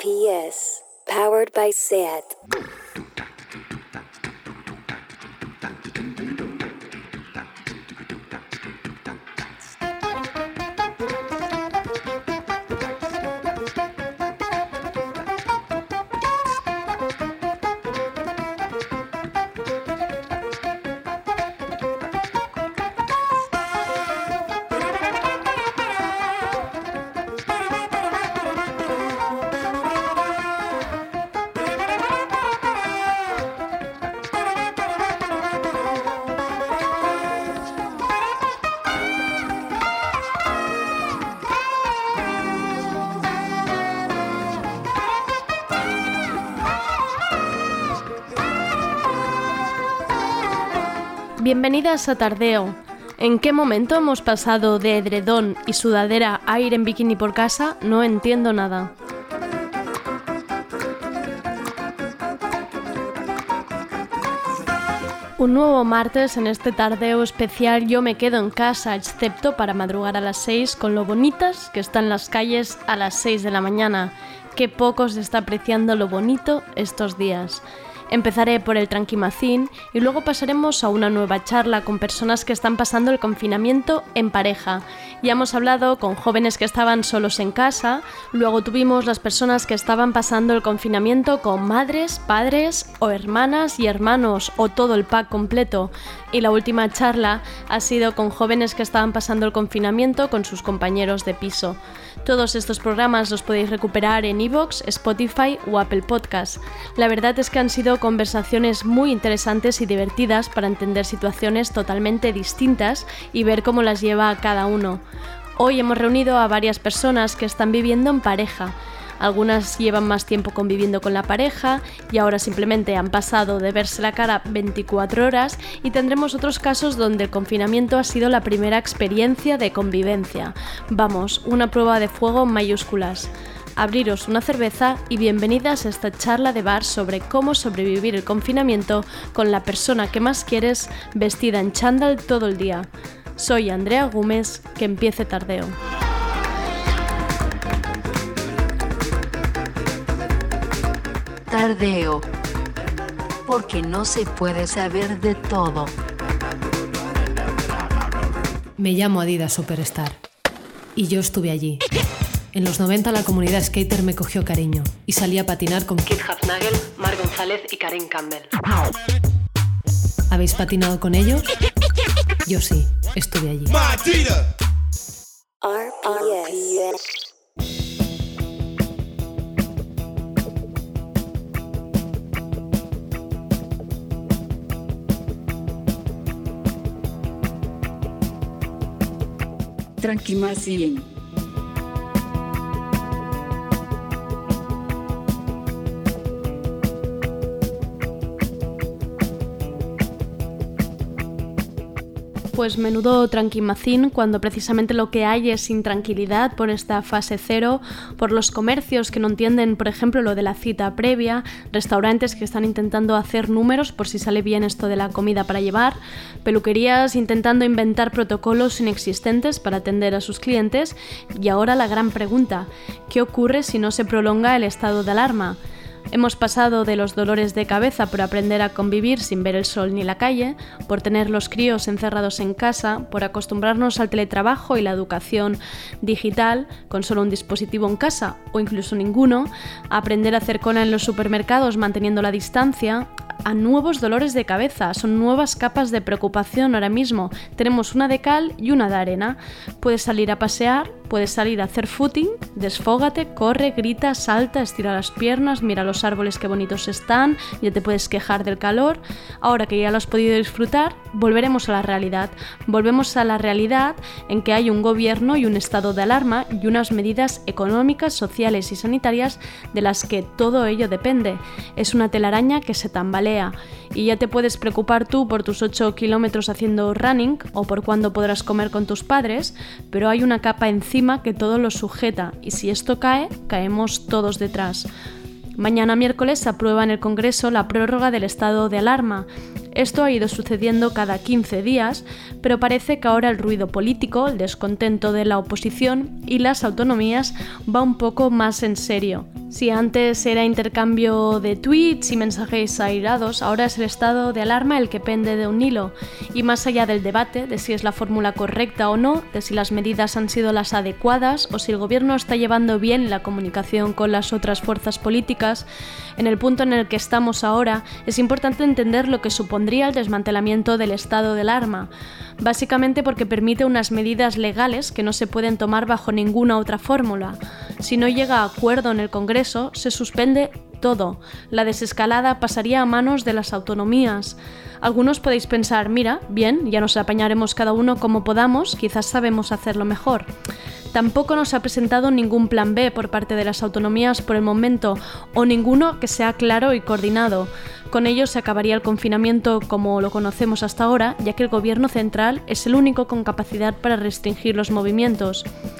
RPS, powered by SAT. Bienvenidas a Tardeo. ¿En qué momento hemos pasado de edredón y sudadera a ir en bikini por casa? No entiendo nada. Un nuevo martes en este Tardeo especial. Yo me quedo en casa, excepto para madrugar a las 6, con lo bonitas que están las calles a las 6 de la mañana. Qué poco se está apreciando lo bonito estos días. Empezaré por el Tranquimacín y luego pasaremos a una nueva charla con personas que están pasando el confinamiento en pareja. Ya hemos hablado con jóvenes que estaban solos en casa, luego tuvimos las personas que estaban pasando el confinamiento con madres, padres o hermanas y hermanos o todo el pack completo. Y la última charla ha sido con jóvenes que estaban pasando el confinamiento con sus compañeros de piso. Todos estos programas los podéis recuperar en iVoox, Spotify o Apple Podcasts. La verdad es que han sido conversaciones muy interesantes y divertidas para entender situaciones totalmente distintas y ver cómo las lleva cada uno. Hoy hemos reunido a varias personas que están viviendo en pareja. Algunas llevan más tiempo conviviendo con la pareja y ahora simplemente han pasado de verse la cara 24 horas, y tendremos otros casos donde el confinamiento ha sido la primera experiencia de convivencia. Vamos, una prueba de fuego en mayúsculas. Abriros una cerveza y bienvenidas a esta charla de bar sobre cómo sobrevivir el confinamiento con la persona que más quieres, vestida en chándal todo el día. Soy Andrea Gómez, que empiece Tardeo. Tardeo, porque no se puede saber de todo. Me llamo Adidas Superstar y yo estuve allí. En los 90 la comunidad skater me cogió cariño y salí a patinar con Kit Hafnagel, Mar González y Karen Campbell. ¿Habéis patinado con ellos? Yo sí, estuve allí. RPS. Tranquimacín. Pues menudo tranquimacín cuando precisamente lo que hay es intranquilidad por esta fase cero, por los comercios que no entienden, por ejemplo, lo de la cita previa, restaurantes que están intentando hacer números por si sale bien esto de la comida para llevar, peluquerías intentando inventar protocolos inexistentes para atender a sus clientes, y ahora la gran pregunta: ¿qué ocurre si no se prolonga el estado de alarma? Hemos pasado de los dolores de cabeza por aprender a convivir sin ver el sol ni la calle, por tener los críos encerrados en casa, por acostumbrarnos al teletrabajo y la educación digital con solo un dispositivo en casa o incluso ninguno, a aprender a hacer cola en los supermercados manteniendo la distancia, a nuevos dolores de cabeza. Son nuevas capas de preocupación ahora mismo. Tenemos una de cal y una de arena. Puedes salir a pasear, puedes salir a hacer footing, desfógate, corre, grita, salta, estira las piernas, mira los árboles que bonitos están, ya te puedes quejar del calor. Ahora que ya lo has podido disfrutar, volveremos a la realidad. Volvemos a la realidad en que hay un gobierno y un estado de alarma y unas medidas económicas, sociales y sanitarias de las que todo ello depende. Es una telaraña que se tambalea y ya te puedes preocupar tú por tus 8 kilómetros haciendo running o por cuándo podrás comer con tus padres, pero hay una capa encima que todo lo sujeta y si esto cae, caemos todos detrás. Mañana miércoles se aprueba en el Congreso la prórroga del estado de alarma. Esto ha ido sucediendo cada 15 días, pero parece que ahora el ruido político, el descontento de la oposición y las autonomías va un poco más en serio. Si antes era intercambio de tweets y mensajes airados, ahora es el estado de alarma el que pende de un hilo. Y más allá del debate de si es la fórmula correcta o no, de si las medidas han sido las adecuadas o si el gobierno está llevando bien la comunicación con las otras fuerzas políticas, en el punto en el que estamos ahora es importante entender lo que supondría el desmantelamiento del estado de alarma. Básicamente porque permite unas medidas legales que no se pueden tomar bajo ninguna otra fórmula. Si no llega a acuerdo en el Congreso, se suspende todo. La desescalada pasaría a manos de las autonomías. Algunos podéis pensar, mira, bien, ya nos apañaremos cada uno como podamos, quizás sabemos hacerlo mejor. Tampoco nos ha presentado ningún plan B por parte de las autonomías por el momento, o ninguno que sea claro y coordinado. Con ello se acabaría el confinamiento como lo conocemos hasta ahora, ya que el gobierno central es el único con capacidad para restringir los movimientos.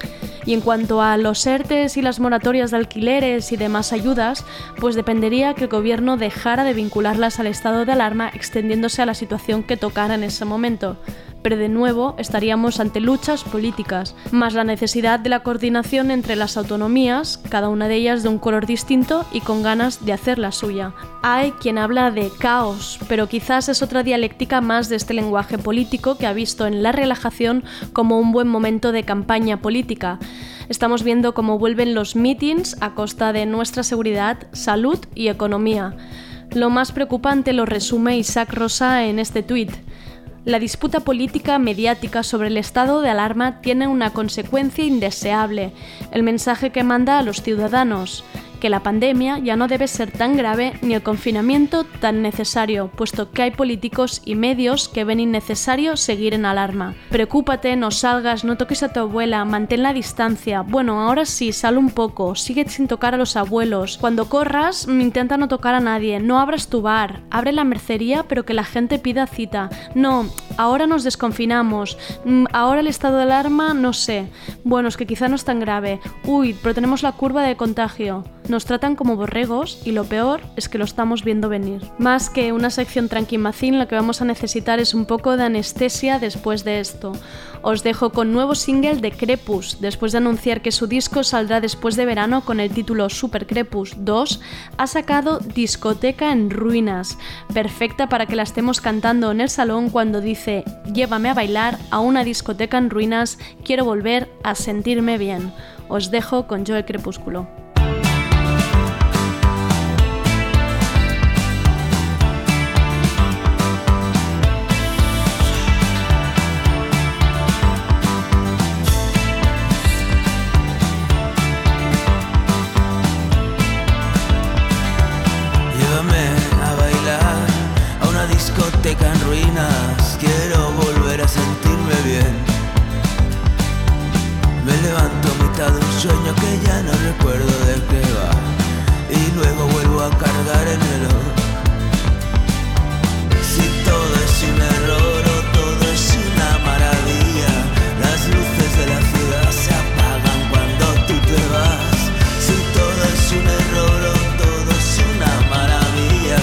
Y en cuanto a los ERTEs y las moratorias de alquileres y demás ayudas, pues dependería que el gobierno dejara de vincularlas al estado de alarma, extendiéndose a la situación que tocara en ese momento. Pero de nuevo estaríamos ante luchas políticas, más la necesidad de la coordinación entre las autonomías, cada una de ellas de un color distinto y con ganas de hacer la suya. Hay quien habla de caos, pero quizás es otra dialéctica más de este lenguaje político que ha visto en la relajación como un buen momento de campaña política. Estamos viendo cómo vuelven los mítines a costa de nuestra seguridad, salud y economía. Lo más preocupante lo resume Isaac Rosa en este tuit. La disputa política mediática sobre el estado de alarma tiene una consecuencia indeseable, el mensaje que manda a los ciudadanos, que la pandemia ya no debe ser tan grave ni el confinamiento tan necesario, puesto que hay políticos y medios que ven innecesario seguir en alarma. Preocúpate, no salgas, no toques a tu abuela, mantén la distancia. Bueno, ahora sí, sal un poco, sigue sin tocar a los abuelos. Cuando corras, intenta no tocar a nadie, no abras tu bar, abre la mercería pero que la gente pida cita. No, ahora nos desconfinamos, ahora el estado de alarma, no sé. Bueno, es que quizá no es tan grave. Uy, pero tenemos la curva de contagio. Nos tratan como borregos y lo peor es que lo estamos viendo venir. Más que una sección tranquimacín, lo que vamos a necesitar es un poco de anestesia después de esto. Os dejo con nuevo single de Crepus. Después de anunciar que su disco saldrá después de verano con el título Super Crepus 2, ha sacado Discoteca en Ruinas, perfecta para que la estemos cantando en el salón cuando dice «Llévame a bailar a una discoteca en ruinas, quiero volver a sentirme bien». Os dejo con Joe Crepúsculo. Discoteca en ruinas, quiero volver a sentirme bien. Me levanto a mitad de un sueño que ya no recuerdo de qué va, y luego vuelvo a cargar el reloj. Si todo es un error o todo es una maravilla, las luces de la ciudad se apagan cuando tú te vas. Si todo es un error o todo es una maravilla,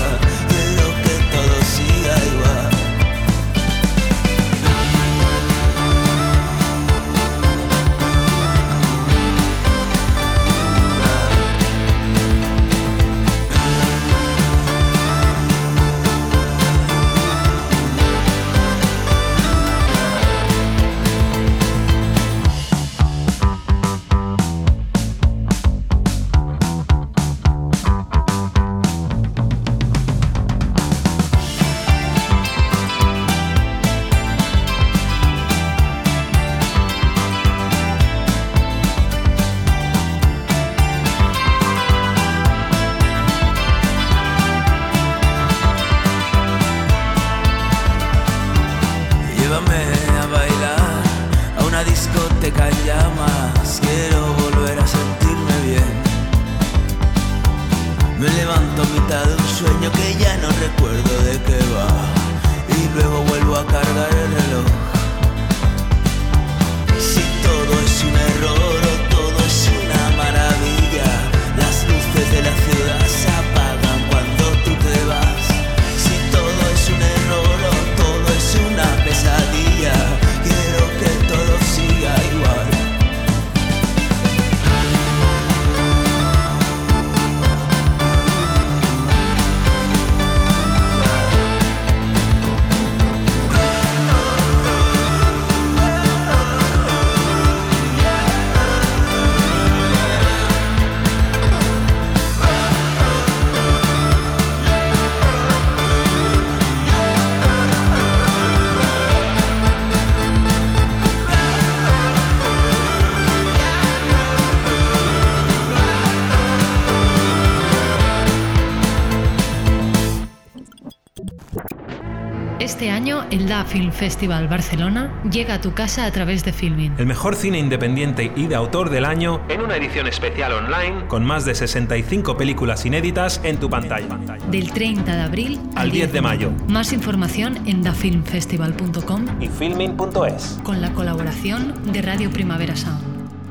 Este año, el DA Film Festival Barcelona llega a tu casa a través de Filmin. El mejor cine independiente y de autor del año en una edición especial online con más de 65 películas inéditas en tu pantalla. Del 30 de abril al 10 de mayo. Más información en dafilmfestival.com y filmin.es. con la colaboración de Radio Primavera Sound.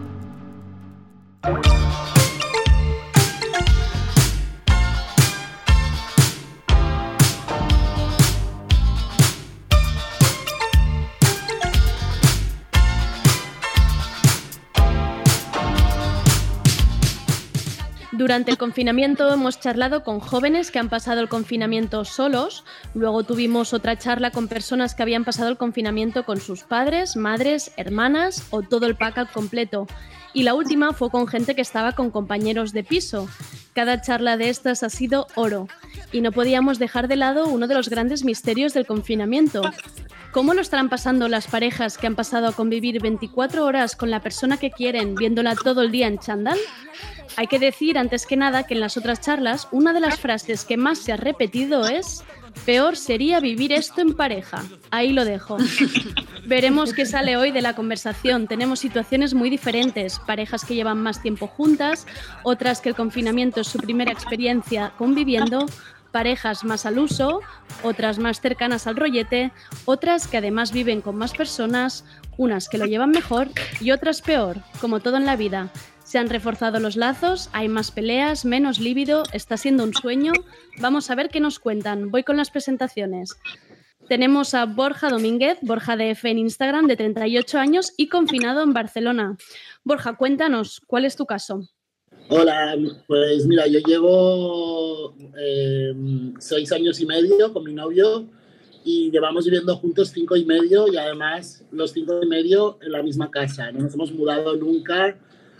Durante el confinamiento hemos charlado con jóvenes que han pasado el confinamiento solos, luego tuvimos otra charla con personas que habían pasado el confinamiento con sus padres, madres, hermanas o todo el pack completo. Y la última fue con gente que estaba con compañeros de piso. Cada charla de estas ha sido oro. Y no podíamos dejar de lado uno de los grandes misterios del confinamiento. ¿Cómo lo estarán pasando las parejas que han pasado a convivir 24 horas con la persona que quieren, viéndola todo el día en chándal? Hay que decir, antes que nada, que en las otras charlas, una de las frases que más se ha repetido es «Peor sería vivir esto en pareja». Ahí lo dejo. Veremos qué sale hoy de la conversación. Tenemos situaciones muy diferentes, parejas que llevan más tiempo juntas, otras que el confinamiento es su primera experiencia conviviendo, parejas más al uso, otras más cercanas al rollete, otras que además viven con más personas, unas que lo llevan mejor y otras peor, como todo en la vida. Se han reforzado los lazos, hay más peleas, menos líbido, está siendo un sueño. Vamos a ver qué nos cuentan. Voy con las presentaciones. Tenemos a Borja Domínguez, Borja DF en Instagram, de 38 años y confinado en Barcelona. Borja, cuéntanos, ¿cuál es tu caso? Hola, pues mira, yo llevo 6 años y medio con mi novio y llevamos viviendo juntos 5 y medio y además los 5 y medio en la misma casa. No nos hemos mudado nunca.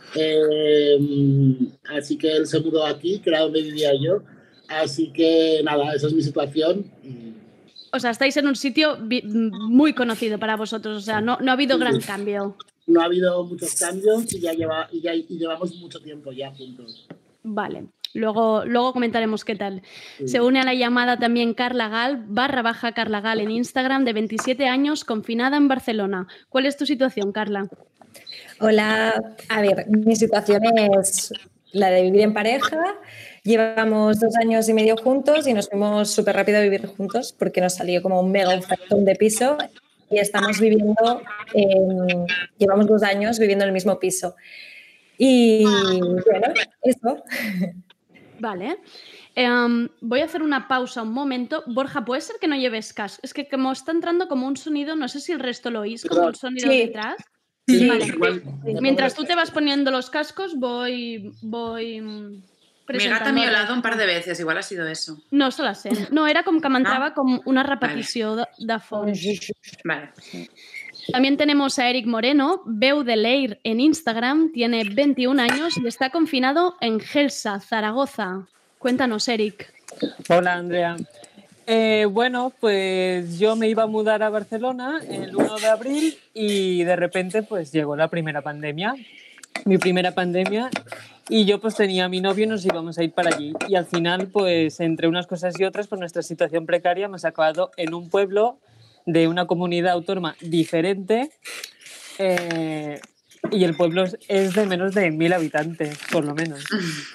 Así que él se mudó aquí, que era donde vivía yo. Así que nada, esa es mi situación. O sea, estáis en un sitio muy conocido para vosotros, o sea, no ha habido gran cambio. No ha habido muchos cambios y llevamos mucho tiempo ya juntos. Vale, luego comentaremos qué tal. Sí. Se une a la llamada también Carla Gal, / Carla Gal en Instagram, de 27 años, confinada en Barcelona. ¿Cuál es tu situación, Carla? Hola, a ver, mi situación es la de vivir en pareja. Llevamos 2 años y medio juntos y nos fuimos súper rápido a vivir juntos porque nos salió como un mega ofertón de piso y estamos viviendo, llevamos 2 años viviendo en el mismo piso. Y bueno, eso. Vale. Voy a hacer una pausa un momento. Borja, ¿puede ser que no lleves casco? Es que como está entrando como un sonido, no sé si el resto lo oís, como un sonido detrás. Sí, vale. igual. Mientras tú te vas poniendo los cascos, voy mi gata me ha hablado un par de veces, igual ha sido eso. No, se la sé. No, era com que m'entrava com una repetició de fons. Vale. También tenemos a Eric Moreno, veu de Leir en Instagram, tiene 21 años y está confinado en Gelsa, Zaragoza. Cuéntanos, Eric. Hola, Andrea. Bueno, pues yo me iba a mudar a Barcelona el 1 de abril y de repente pues llegó la primera pandemia, mi primera pandemia, y yo pues tenía a mi novio y nos íbamos a ir para allí. Y al final, pues entre unas cosas y otras, por nuestra situación precaria, hemos acabado en un pueblo de una comunidad autónoma diferente y el pueblo es de menos de 1.000 habitantes, por lo menos.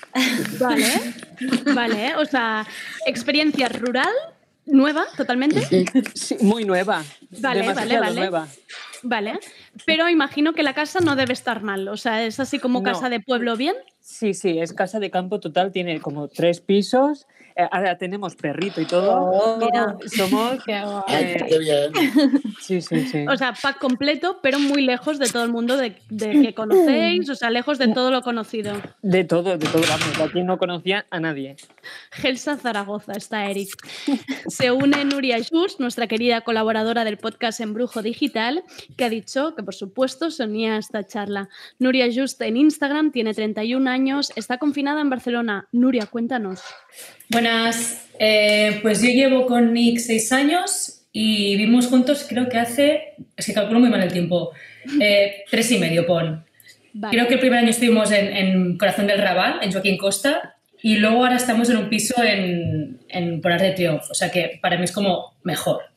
Vale, o sea, experiencia rural, nueva, totalmente. Sí, muy nueva, demasiado nueva. Vale, pero imagino que la casa no debe estar mal, o sea, es así como casa de pueblo bien. Sí, es casa de campo total, tiene como 3 pisos, ahora tenemos perrito y todo. Mira, somos... Qué bien. Sí. O sea, pack completo, pero muy lejos de todo el mundo de que conocéis, o sea, lejos de todo lo conocido. De todo, vamos, aquí no conocía a nadie. Gelsa, Zaragoza, está Eric. Se une Nuria Just, nuestra querida colaboradora del podcast Embrujo Digital, que ha dicho que, por supuesto, se unía a esta charla. Nuria Just en Instagram tiene 31 años, está confinada en Barcelona. Nuria, cuéntanos. Buenas, pues yo llevo con Nick 6 años y vivimos juntos, creo que es que calculo muy mal el tiempo, 3 y medio, pon. Vale. Creo que el primer año estuvimos en Corazón del Raval, en Joaquín Costa, y luego ahora estamos en un piso por Arc de Triunfo, o sea que para mí es como mejor.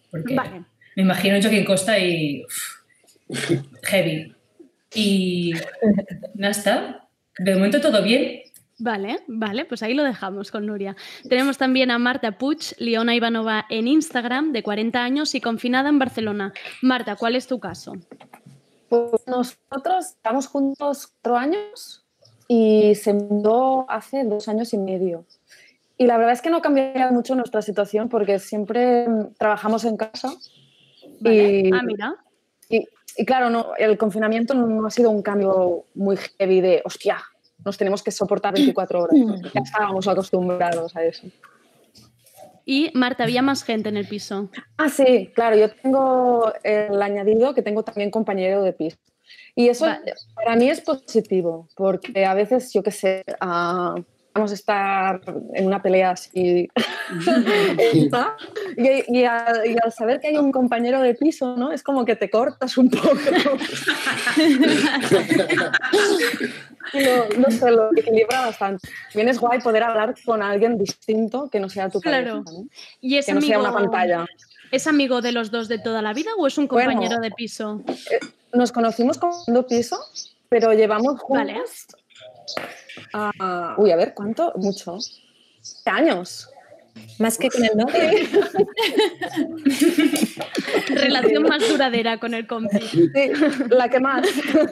porque me imagino yo Joaquín Costa y heavy. Y ya está. De momento todo bien. Vale, pues ahí lo dejamos con Nuria. Tenemos también a Marta Puig, Liona Ivanova en Instagram, de 40 años y confinada en Barcelona. Marta, ¿cuál es tu caso? Pues nosotros estamos juntos 4 años y se mudó hace 2 años y medio. Y la verdad es que no cambiaría mucho nuestra situación porque siempre trabajamos en casa. Vale. Mira. Y claro, no, el confinamiento no ha sido un cambio muy heavy de, hostia, nos tenemos que soportar 24 horas. Ya estábamos acostumbrados a eso. Y Marta, ¿había más gente en el piso? Sí, claro, yo tengo el añadido que tengo también compañero de piso. Y eso para mí es positivo, porque a veces, yo qué sé, vamos a estar en una pelea así y al saber que hay un compañero de piso, ¿no? Es como que te cortas un poco. No sé, lo equilibra bastante. También es guay poder hablar con alguien distinto que no sea tu pareja, ¿no? ¿Y es que no sea una pantalla. ¿Es amigo de los dos de toda la vida o es un compañero de piso? Nos conocimos compartiendo piso, pero llevamos juntos... a ver, ¿cuánto? Mucho. 7 años. Más que con el novio. Relación más duradera con el compi. Sí, la que más.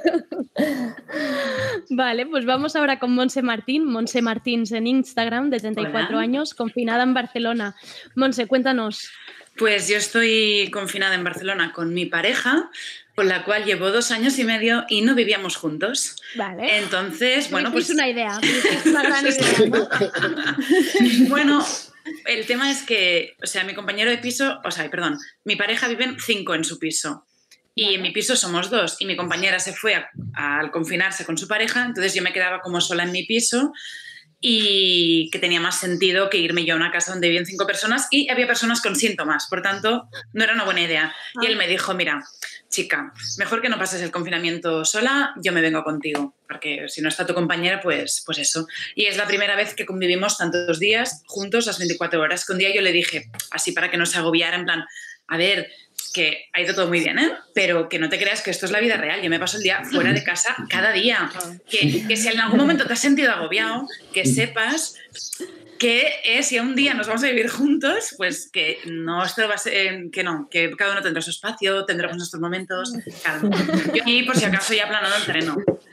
Vale, pues vamos ahora con Montse Martín. Montse Martins en Instagram, de 34 años, confinada en Barcelona. Montse, cuéntanos. Pues yo estoy confinada en Barcelona con mi pareja, con la cual llevo 2 años y medio y no vivíamos juntos. Vale. Entonces, bueno, pues... una idea, una gran idea, ¿no? Bueno, el tema es que, mi compañero de piso, mi pareja viven 5 en su piso. Y en mi piso somos 2 y mi compañera se fue al confinarse con su pareja, entonces yo me quedaba como sola en mi piso y que tenía más sentido que irme yo a una casa donde viven 5 personas y había personas con síntomas, por tanto no era una buena idea. Y él me dijo, mira, chica, mejor que no pases el confinamiento sola, yo me vengo contigo, porque si no está tu compañera, pues eso. Y es la primera vez que convivimos tantos días juntos, las 24 horas, que un día yo le dije, así para que no se agobiara, en plan, a ver, que ha ido todo muy bien, pero que no te creas que esto es la vida real. Yo me paso el día fuera de casa cada día. Que si en algún momento te has sentido agobiado, que sepas que si un día nos vamos a vivir juntos, pues que no, esto va a ser, que cada uno tendrá su espacio, tendremos nuestros momentos. Claro. Yo aquí, por si acaso, ya he aplanado el terreno.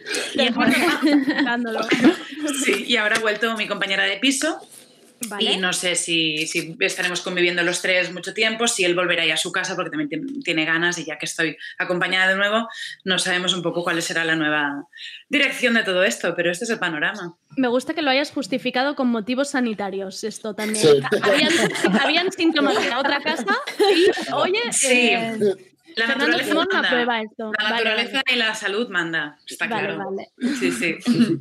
Y ahora ha vuelto mi compañera de piso. Vale. Y no sé si estaremos conviviendo los 3 mucho tiempo, si él volverá ya a su casa porque también tiene ganas y ya que estoy acompañada de nuevo, no sabemos un poco cuál será la nueva dirección de todo esto, pero este es el panorama. Me gusta que lo hayas justificado con motivos sanitarios, esto también. Sí. Habían síntomas de la otra casa y, oye... Sí. La naturaleza manda. Prueba esto. La naturaleza y la salud manda, está claro. Vale. Sí.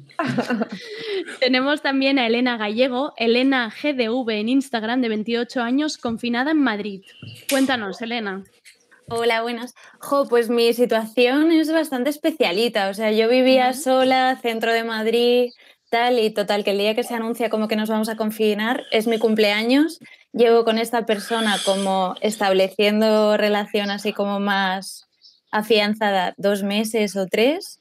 Tenemos también a Elena Gallego, Elena GDV en Instagram, de 28 años, confinada en Madrid. Cuéntanos, Elena. Hola, buenas. Pues mi situación es bastante especialita. O sea, yo vivía sola, centro de Madrid, tal, y total, que el día que se anuncia como que nos vamos a confinar es mi cumpleaños. Llevo con esta persona como estableciendo relación así como más afianzada 2 meses o 3.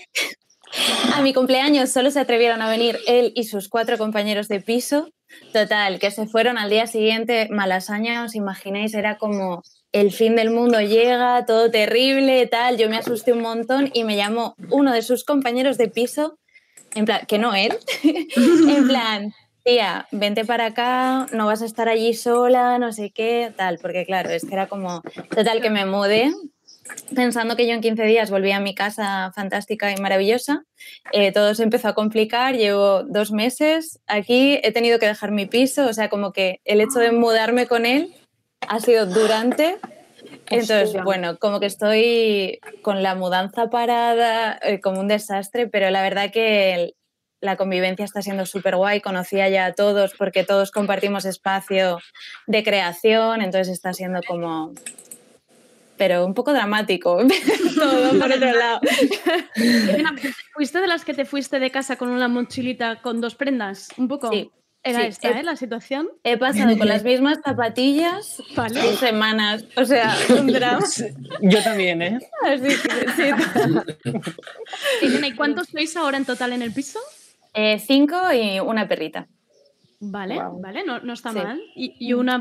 A mi cumpleaños solo se atrevieron a venir él y sus 4 compañeros de piso. Total, que se fueron al día siguiente. Malasaña, os imagináis, era como el fin del mundo llega, todo terrible, tal. Yo me asusté un montón y me llamó uno de sus compañeros de piso, en plan, que no él, en plan... Tía, vente para acá, no vas a estar allí sola, no sé qué, tal, porque claro, es que era como, total, que me mudé pensando que yo en 15 días volvía a mi casa fantástica y maravillosa. Todo se empezó a complicar, llevo 2 meses aquí, he tenido que dejar mi piso, o sea, como que el hecho de mudarme con él ha sido durante. Entonces, bueno, como que estoy con la mudanza parada, como un desastre, pero la verdad que la convivencia está siendo súper guay, conocía ya a todos porque todos compartimos espacio de creación, entonces está siendo como... Pero un poco dramático, todo por otro lado. ¿Fuiste de las que te fuiste de casa con una mochilita con 2 prendas? ¿Un poco? Sí. Era esta, la situación. He pasado con las mismas zapatillas 2 semanas. O sea, un drama. Yo también, ¿eh? Así que Elena, ¿y cuántos sois ahora en total en el piso? 5 y una perrita. Vale, vale, no está mal. Y una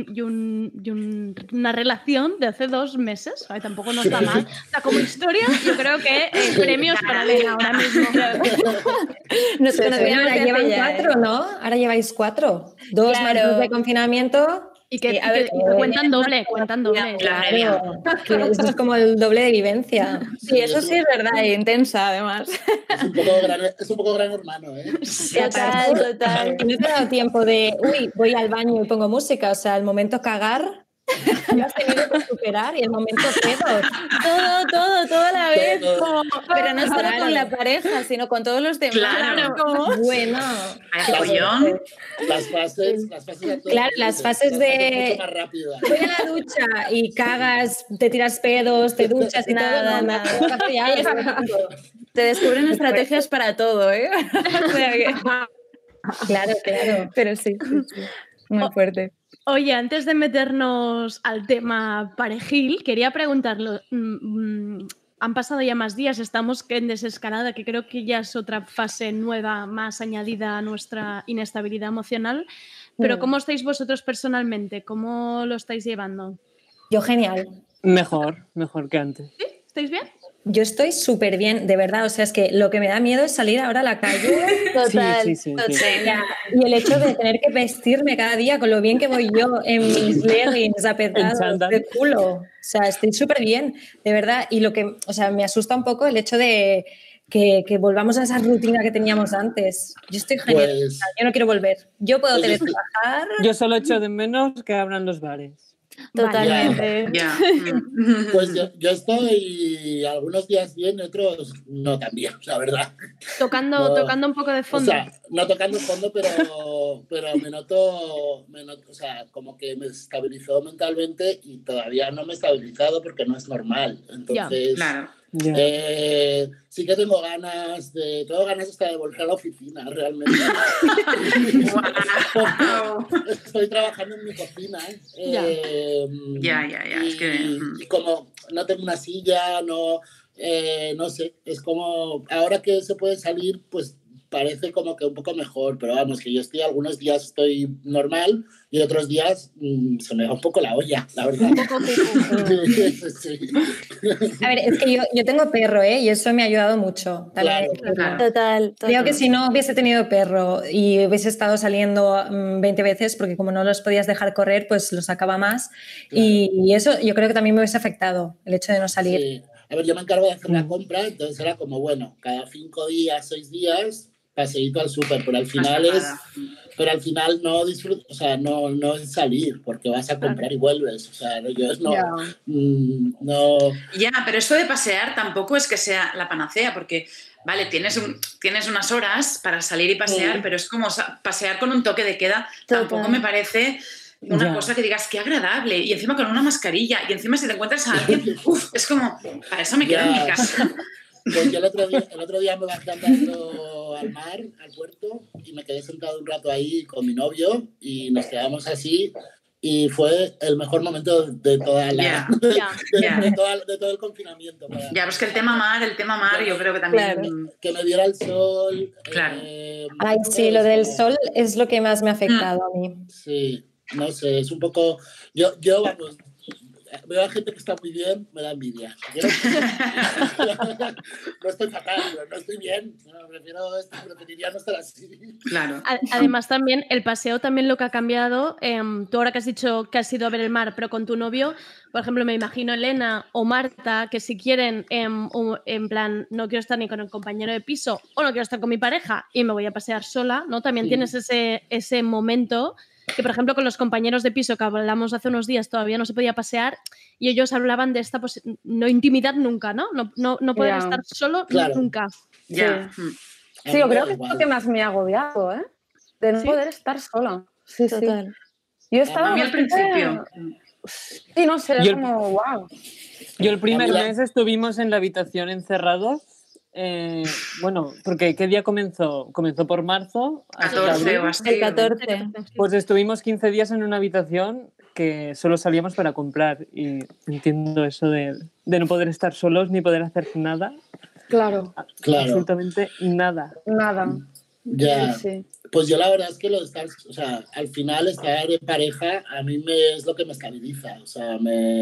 relación de hace 2 meses. Ay, tampoco no está mal. O sea, como historia, yo creo que premios para Elena ahora mismo. Ahora llevan 4, ¿no? Ahora lleváis 4. 2 más de confinamiento. Y que cuentan doble. Claro, que eso es como el doble de vivencia. Sí, eso sí es verdad, e intensa además. Es un poco gran hermano, ¿eh? Total. Y no te ha dado tiempo de, voy al baño y pongo música, o sea, el momento cagar, lo has tenido que superar y el momento pedos. Todo a la vez. Pero no solo con la pareja, sino con todos los demás. Claro. Bueno. Apoyón. Las fases claro, las fases de mucho más rápidas. voy a la ducha y cagas, te tiras pedos, te duchas y nada. Te descubren estrategias para todo, ¿eh? O sea que... Claro. Pero sí. Muy fuerte. Oye, antes de meternos al tema parejil, quería preguntarlo. Han pasado ya más días, estamos en desescalada, que creo que ya es otra fase nueva más añadida a nuestra inestabilidad emocional. Pero ¿cómo estáis vosotros personalmente? ¿Cómo lo estáis llevando? Yo genial. Mejor que antes. ¿Sí? ¿Estáis bien? Yo estoy súper bien, de verdad. O sea, es que lo que me da miedo es salir ahora a la calle. Total. Sí. Y el hecho de tener que vestirme cada día con lo bien que voy yo en mis leggings apretados de culo. O sea, estoy súper bien, de verdad. Y lo que, o sea, me asusta un poco el hecho de que volvamos a esa rutina que teníamos antes. Yo estoy genial. Pues, yo no quiero volver. Yo puedo teletrabajar. Yo solo echo de menos que abran los bares. Totalmente. Pues yo estoy algunos días bien, otros no tan bien, la verdad. Tocando un poco de fondo. O sea, no tocando el fondo, pero me noto, o sea, como que me estabilizó mentalmente y todavía no me he estabilizado porque no es normal. Entonces, claro. Sí que tengo ganas hasta de volver a la oficina, realmente. Estoy trabajando en mi cocina. Y como no tengo una silla, no sé, es como ahora que se puede salir, pues parece como que un poco mejor, pero vamos, que yo algunos días estoy normal y otros días se me va un poco la olla, la verdad. Sí. A ver, es que yo tengo perro, y eso me ha ayudado mucho. Total. Creo que si no hubiese tenido perro y hubiese estado saliendo 20 veces, porque como no los podías dejar correr, pues los sacaba más. Claro. Y eso yo creo que también me hubiese afectado, el hecho de no salir. Sí. A ver, yo me encargo de hacer la compra, entonces era como, bueno, cada 5 días, 6 días, paseíto al súper, pero al final no disfruto, o sea, no es salir, porque vas a comprar y vuelves, o sea, no. Ya, pero esto de pasear tampoco es que sea la panacea, porque, vale, tienes unas horas para salir y pasear, pero es como pasear con un toque de queda, tampoco me parece una cosa que digas, qué agradable, y encima con una mascarilla, y encima si te encuentras a alguien, es como, para eso me quedo en mi casa. Pues yo el otro día me bajé andando al mar, al puerto, y me quedé sentado un rato ahí con mi novio y nos quedamos así y fue el mejor momento de toda la de todo el confinamiento. Pues que el tema mar yo creo que también... Que me diera el sol. Claro. Ay, sí, lo del sol es lo que más me ha afectado a mí. Sí, no sé, es un poco... Yo vamos... Veo a gente que está muy bien, me da envidia. No estoy fatal, no estoy bien. Preferiría no estar así. Claro. Además, también el paseo, también lo que ha cambiado. Tú ahora que has dicho que has ido a ver el mar, pero con tu novio, por ejemplo, me imagino Elena o Marta, que si quieren, en plan, no quiero estar ni con el compañero de piso o no quiero estar con mi pareja y me voy a pasear sola, ¿no? También tienes ese momento. Que, por ejemplo, con los compañeros de piso que hablamos hace unos días todavía no se podía pasear y ellos hablaban de esta no intimidad nunca, ¿no? No poder estar solo nunca. Sí, yo creo que es lo que más me ha agobiado, de no poder estar sola. Sí, total. Yo estaba a mí al principio. Sí, no sé, era como wow. Yo el primer mes estuvimos en la habitación encerrados bueno, porque ¿qué día comenzó? Comenzó por marzo. 14 o así. El 14. Pues estuvimos 15 días en una habitación que solo salíamos para comprar y entiendo eso de no poder estar solos ni poder hacer nada. Claro. Absolutamente nada. Nada. Ya. Sí. Pues yo la verdad es que lo de estar, o sea, al final estar en pareja a mí es lo que me estabiliza, o sea,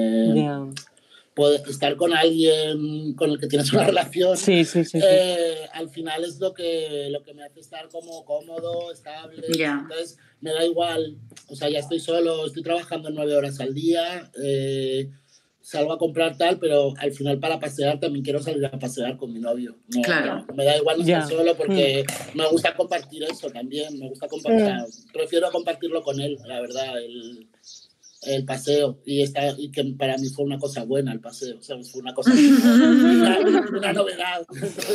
estar con alguien con el que tienes una relación, sí. Al final es lo que me hace estar como cómodo, estable, entonces me da igual, o sea, ya estoy solo, estoy trabajando 9 horas al día, salgo a comprar tal, pero al final para pasear también quiero salir a pasear con mi novio. No, claro. Me da igual no estar solo porque me gusta compartir eso también, me gusta compartir, prefiero compartirlo con él, la verdad, el paseo, y que para mí fue una cosa buena el paseo, ¿sabes? Fue una cosa, una novedad.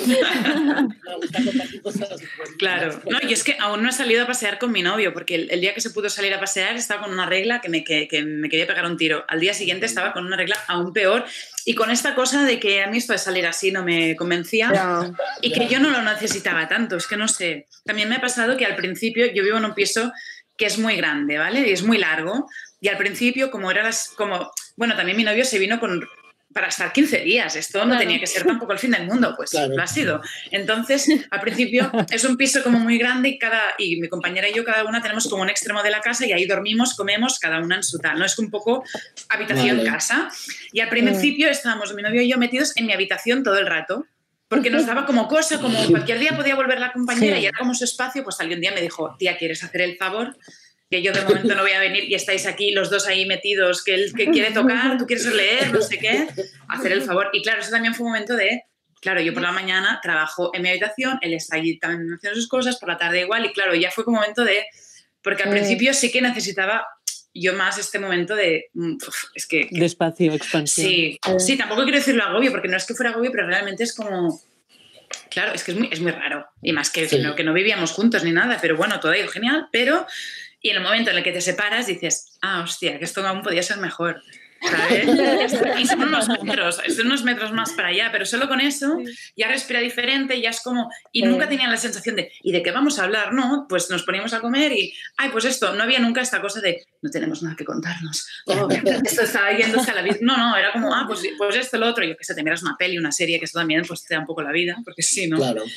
Me gusta compartir cosas buenas. Claro, no, y es que aún no he salido a pasear con mi novio, porque el día que se pudo salir a pasear estaba con una regla que me quería pegar un tiro. Al día siguiente estaba con una regla aún peor, y con esta cosa de que a mí esto de salir así no me convencía, y que yo no lo necesitaba tanto, es que no sé. También me ha pasado que al principio yo vivo en un piso que es muy grande, ¿vale? Y es muy largo. Y al principio, bueno, también mi novio se vino para estar 15 días. Esto no tenía que ser tampoco el fin del mundo, pues lo ha sido. Entonces, al principio es un piso como muy grande y mi compañera y yo, cada una tenemos como un extremo de la casa y ahí dormimos, comemos, cada una en su tal. No es un poco habitación-casa. Y al principio estábamos mi novio y yo metidos en mi habitación todo el rato. Porque nos daba como cosa, como cualquier día podía volver la compañera y era como su espacio. Pues alguien un día me dijo, tía, ¿quieres hacer el favor? Que yo de momento no voy a venir y estáis aquí los dos ahí metidos, que él que quiere tocar, tú quieres leer, no sé qué, hacer el favor. Y claro, eso también fue un momento claro, yo por la mañana trabajo en mi habitación, él está allí también haciendo sus cosas, por la tarde igual, y claro, ya fue como un momento porque al principio sí que necesitaba yo más este momento de espacio, expansión. Sí, tampoco quiero decirlo agobio, porque no es que fuera agobio, pero realmente es como... Claro, es que es muy raro, y más que no vivíamos juntos ni nada, pero bueno, todo ha ido genial, pero... Y en el momento en el que te separas dices, hostia, que esto aún podía ser mejor, ¿sabes? Y son unos metros más para allá, pero solo con eso ya respira diferente, ya es como... Y nunca tenían la sensación de, ¿y de qué vamos a hablar? No, pues nos poníamos a comer y, pues esto, no había nunca esta cosa de, no tenemos nada que contarnos, esto está yéndose a la vida. No, era como, pues esto, lo otro, yo que sé, te miras una peli, una serie, que eso también pues te da un poco la vida, porque sí, ¿no? Claro.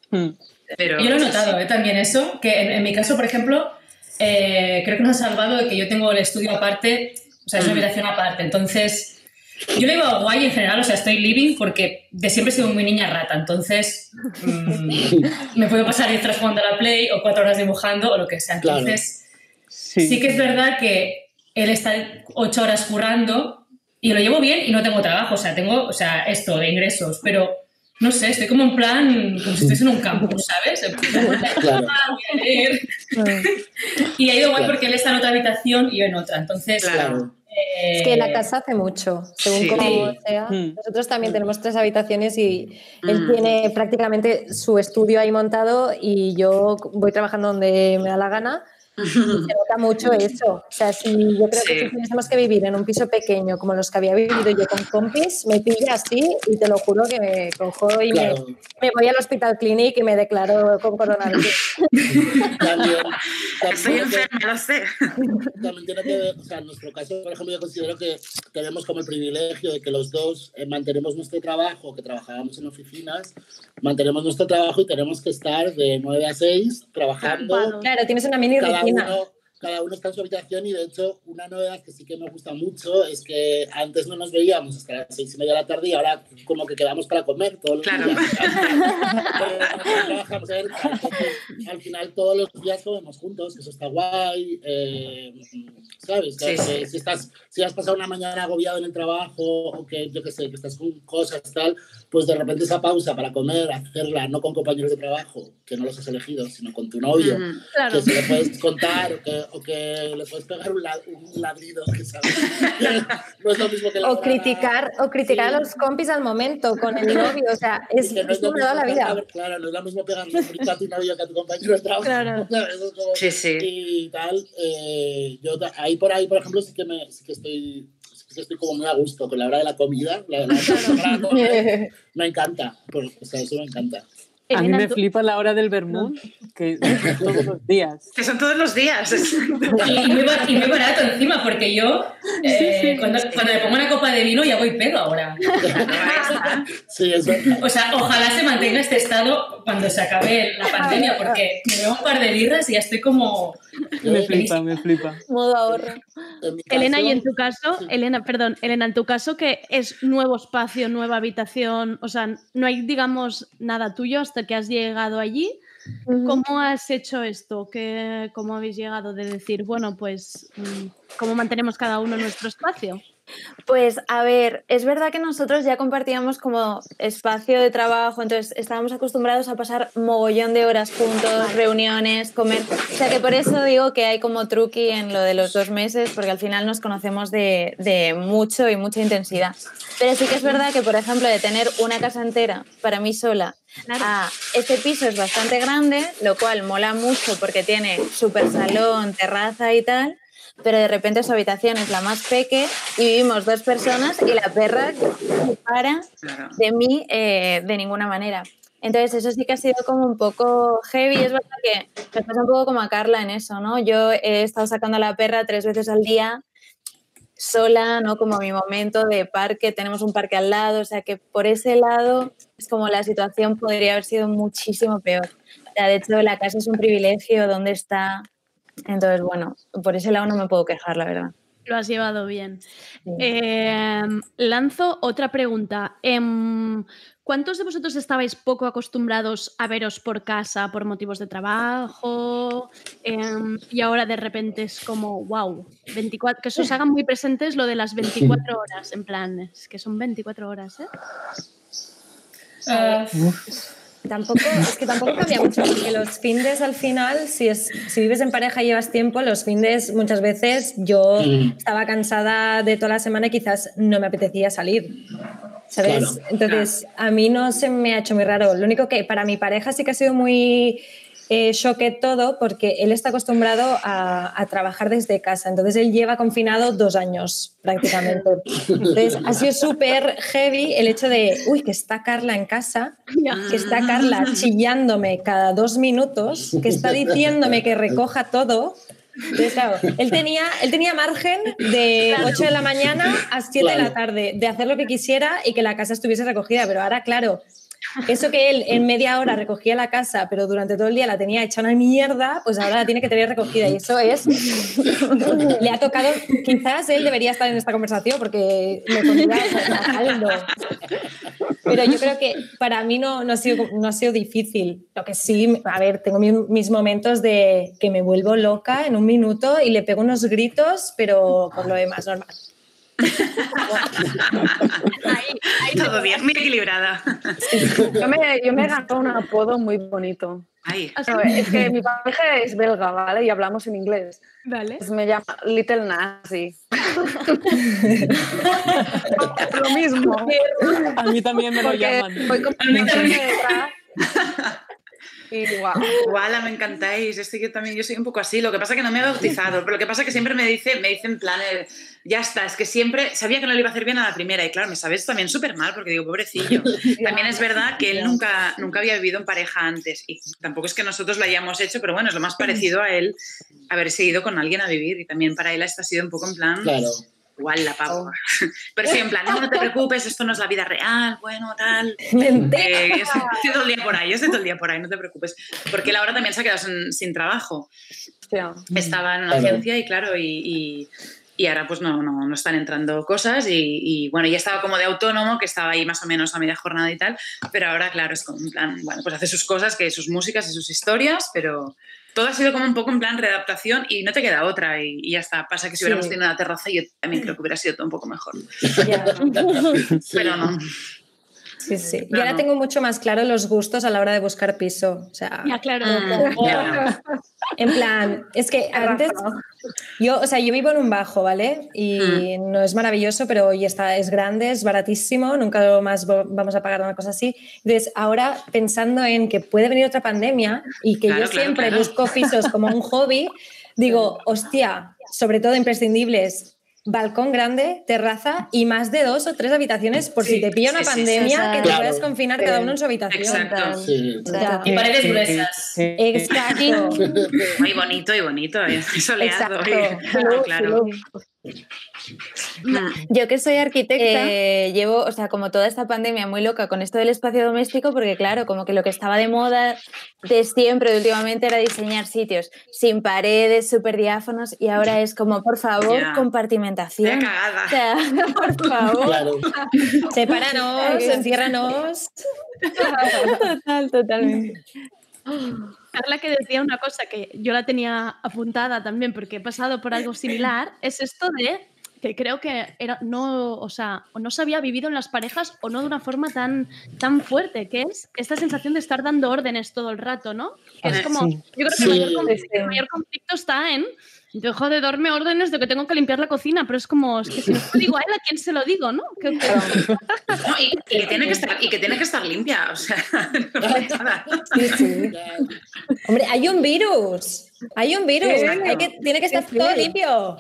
Pero, yo lo he notado también eso, que en mi caso, por ejemplo... creo que nos ha salvado de que yo tengo el estudio aparte, o sea, es una habitación aparte, entonces yo lo digo guay en general, o sea, estoy living porque de siempre he sido muy niña rata, entonces me puedo pasar 10 horas jugando a la Play o 4 horas dibujando o lo que sea, entonces sí que es verdad que él está 8 horas currando y lo llevo bien y no tengo trabajo, o sea, tengo esto de ingresos, pero... No sé, estoy como en plan, como si estuviese en un campus, ¿sabes? Claro. Voy a leer. Y ha ido guay porque él está en otra habitación y yo en otra, entonces... Claro. Es que la casa hace mucho, según como sea. Nosotros también tenemos 3 habitaciones y él tiene prácticamente su estudio ahí montado y yo voy trabajando donde me da la gana. Y se nota mucho eso. O sea, si yo creo que si tuviésemos que vivir en un piso pequeño como los que había vivido yo con compis, me pilla así y te lo juro que me cojo y me voy al hospital clinic y me declaro con coronavirus. También estoy enferma, lo sé. También tiene que ver, o sea, en nuestro caso, por ejemplo, yo considero que tenemos como el privilegio de que los dos mantenemos nuestro trabajo, que trabajábamos en oficinas, mantenemos nuestro trabajo y tenemos que estar de 9 a 6 trabajando. Claro, tienes una mini rutina. Cada uno está en su habitación y de hecho una novedad que sí que me gusta mucho es que antes no nos veíamos hasta las 6:30 de la tarde y ahora como que quedamos para comer todos los días. Trabajamos cerca, entonces al final todos los días comemos juntos, que eso está guay, ¿sabes? Que si has pasado una mañana agobiado en el trabajo o que yo qué sé, que estás con cosas tal, pues de repente esa pausa para comer, hacerla no con compañeros de trabajo, que no los has elegido, sino con tu novio, que se le puedes contar o que le puedes pegar un ladrido, que sabes. No es lo mismo que o criticar a los compis al momento con el novio, o sea, es me da la vida. Claro, no es lo mismo pegarle un grito a tu novio que a tu compañero de trabajo. Claro. Eso es como, y tal, yo ahí por ejemplo sí que que estoy como muy a gusto con la hora de la comida, la hora de comer, me encanta, o sea, eso me encanta. A mí me flipa la hora del vermut, que es todos los días. Que son todos los días. Y muy barato encima, porque yo cuando me pongo una copa de vino ya voy pedo ahora. Sí, es verdad. O sea, ojalá se mantenga este estado cuando se acabe la pandemia, porque me veo un par de birras y ya estoy como... Me flipa. Modo ahorro. Elena, y en tu caso, Elena, en tu caso, que es nuevo espacio, nueva habitación, o sea, no hay, digamos, nada tuyo hasta que has llegado allí. ¿Cómo has hecho esto? ¿Cómo habéis llegado de decir, bueno, pues, cómo mantenemos cada uno nuestro espacio? Pues a ver, es verdad que nosotros ya compartíamos como espacio de trabajo, entonces estábamos acostumbrados a pasar mogollón de horas juntos, reuniones, comer. O sea que por eso digo que hay como truqui en lo de los 2 meses, porque al final nos conocemos de mucho y mucha intensidad. Pero sí que es verdad que, por ejemplo, de tener una casa entera para mí sola, este piso es bastante grande, lo cual mola mucho porque tiene súper salón, terraza y tal, pero de repente su habitación es la más peque y vivimos 2 personas y la perra no se para de mí de ninguna manera. Entonces eso sí que ha sido como un poco heavy. Es verdad que me pasa un poco como a Carla en eso, ¿no? Yo he estado sacando a la perra 3 veces al día sola, ¿no? Como mi momento de parque, tenemos un parque al lado, o sea que por ese lado es como la situación podría haber sido muchísimo peor. O sea, de hecho la casa es un privilegio, ¿dónde está? Entonces, bueno, por ese lado no me puedo quejar, la verdad. Lo has llevado bien. Sí. Lanzo otra pregunta. ¿Cuántos de vosotros estabais poco acostumbrados a veros por casa por motivos de trabajo? Y ahora de repente es como, wow, 24, que se os hagan muy presentes lo de las 24 horas, en plan, es que son 24 horas, ¿eh? Tampoco cambia mucho, porque los findes al final, si vives en pareja y llevas tiempo, los findes muchas veces yo estaba cansada de toda la semana y quizás no me apetecía salir, ¿sabes? Claro, entonces a mí no se me ha hecho muy raro. Lo único que para mi pareja sí que ha sido muy choque todo, porque él está acostumbrado a trabajar desde casa, entonces él lleva confinado 2 años prácticamente. Entonces ha sido súper heavy el hecho de, que está Carla en casa, que está Carla chillándome cada 2 minutos, que está diciéndome que recoja todo. Entonces, claro, él tenía margen de 8 de la mañana a 7 de la tarde de hacer lo que quisiera y que la casa estuviese recogida, pero ahora, claro, eso que él en media hora recogía la casa, pero durante todo el día la tenía hecha una mierda, pues ahora la tiene que tener recogida. Y eso es... Le ha tocado... Quizás él debería estar en esta conversación porque me pondría caldo. Pero yo creo que para mí no ha sido difícil. Lo que sí, a ver, tengo mis momentos de que me vuelvo loca en un minuto y le pego unos gritos, pero por lo demás normal. Ahí todo bien, muy equilibrada. Yo me he ganado un apodo muy bonito. Es que mi pareja es belga, ¿vale? Y hablamos en inglés. Vale. Pues me llama Little Nazi. Lo mismo. A mí también me lo llaman. Voy con mi detrás. Y Igual, me encantáis. Yo soy un poco así. Lo que pasa es que no me he bautizado, pero lo que pasa es que siempre me dice en plan, ya está, es que siempre sabía que no lo iba a hacer bien a la primera y claro, me sabes también súper mal porque digo, pobrecillo. También es verdad que él nunca había vivido en pareja antes y tampoco es que nosotros lo hayamos hecho, pero bueno, es lo más parecido a él haberse ido con alguien a vivir y también para él esto ha sido un poco en plan... Claro. Igual la pago. Pero sí, en plan, no te preocupes, esto no es la vida real, bueno, tal. Yo estoy todo el día por ahí, no te preocupes. Porque él ahora también se ha quedado sin trabajo. Estaba en una agencia y claro, y ahora pues no están entrando cosas y bueno, ya estaba como de autónomo, que estaba ahí más o menos a media jornada y tal, pero ahora claro, es como en plan, bueno, pues hace sus cosas, que sus músicas y sus historias, pero... Todo ha sido como un poco en plan readaptación y no te queda otra y ya está. Pasa que si hubiéramos tenido una terraza yo también creo que hubiera sido todo un poco mejor. Pero no. Sí. Y ahora tengo mucho más claro los gustos a la hora de buscar piso. O sea, claro. En plan, es que antes yo vivo en un bajo, ¿vale? Y no es maravilloso, pero hoy es grande, es baratísimo, nunca más vamos a pagar una cosa así. Entonces, ahora pensando en que puede venir otra pandemia y que yo siempre busco pisos como un hobby, digo, hostia, sobre todo imprescindibles, balcón grande, terraza y más de 2 o 3 habitaciones por si te pilla una pandemia, que te puedas confinar cada uno en su habitación. Exacto. Y paredes gruesas. Exacto. Muy bonito y bonito, soleado. Claro. Yo que soy arquitecta, llevo, o sea, como toda esta pandemia muy loca con esto del espacio doméstico, porque claro, como que lo que estaba de moda de siempre, últimamente, era diseñar sitios sin paredes, súper diáfanos, y ahora es como, por favor, compartimentación. O sea, por favor. Claro. Sepáranos, enciérranos. Totalmente. Carla, que decía una cosa que yo la tenía apuntada también porque he pasado por algo similar, es esto de que creo que no se había vivido en las parejas o no de una forma tan fuerte, que es esta sensación de estar dando órdenes todo el rato, ¿no? Que es como, yo creo que el mayor conflicto está en dejo de darme órdenes de que tengo que limpiar la cocina, pero es como, es que si no lo digo a él, ¿a quién se lo digo, no? No, y que tiene que estar limpia, o sea, Sí. Hombre, hay un virus. Tiene que estar todo limpio.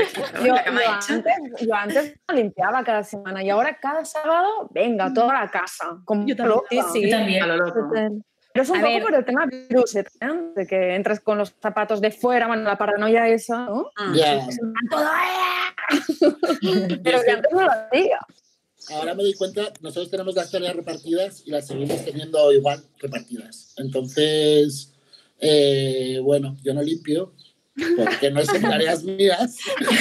Yo antes lo limpiaba cada semana y ahora cada sábado, venga, toda la casa. Como yo también. A lo loco. Pero es un poco por el tema virus, de que entras con los zapatos de fuera, bueno, la paranoia esa, ¿no? Pero que antes no lo hacía. Ahora me doy cuenta, nosotros tenemos las tareas repartidas y las seguimos teniendo igual repartidas. Entonces, bueno, yo no limpio, porque no son tareas mías.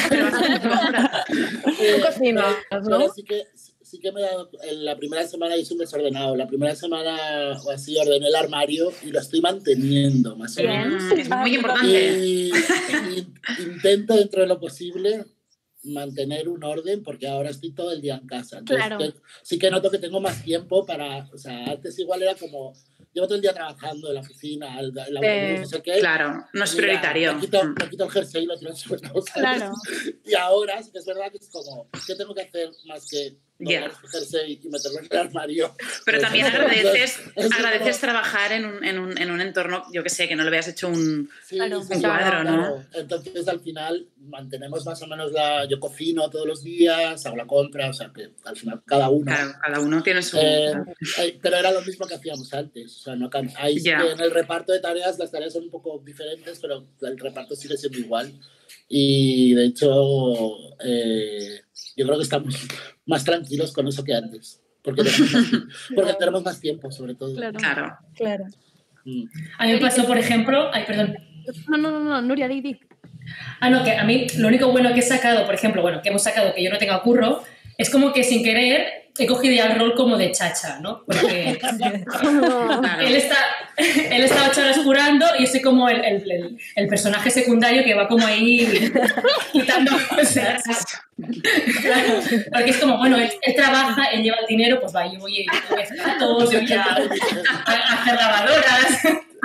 Pero sí que me he dado, en la primera semana hice un desordenado. La primera semana o así ordené el armario y lo estoy manteniendo, más o menos. Es muy importante. Y intento, dentro de lo posible, mantener un orden, porque ahora estoy todo el día en casa. Entonces, sí que noto que tengo más tiempo para... O sea, antes igual era como... Llevo todo el día trabajando en la oficina, el autobús, no sé qué. Claro, no es prioritario. Me quito el jersey y lo tiro al suelo, ¿sabes? Claro. Y ahora sí que es verdad que es como, ¿qué tengo que hacer más que doblar el jersey y meterlo en el armario? Pero también agradeces trabajar en un entorno, yo que sé, que no le habías hecho un cuadro, ¿no? Entonces, al final, mantenemos más o menos yo cocino todos los días, hago la compra, o sea, que al final cada uno tiene su... pero era lo mismo que hacíamos antes. O sea, no ahí que en el reparto de tareas, las tareas son un poco diferentes, pero el reparto sigue siendo igual. Y, de hecho, yo creo que estamos más tranquilos con eso que antes. Porque tenemos más tiempo, sobre todo. Claro. A mí me pasó, por ejemplo... Ay, perdón. No, Nuria, di. No, que a mí lo único bueno que he sacado, por ejemplo, que hemos sacado que yo no tenga curro, es como que sin querer he cogido ya el rol como de chacha, ¿no? Porque él está 8 horas curando y yo soy como el personaje secundario que va como ahí quitando cosas. Claro, porque es como, bueno, él trabaja, él lleva el dinero, pues va, yo voy a hacer platos, yo voy a hacer lavadoras.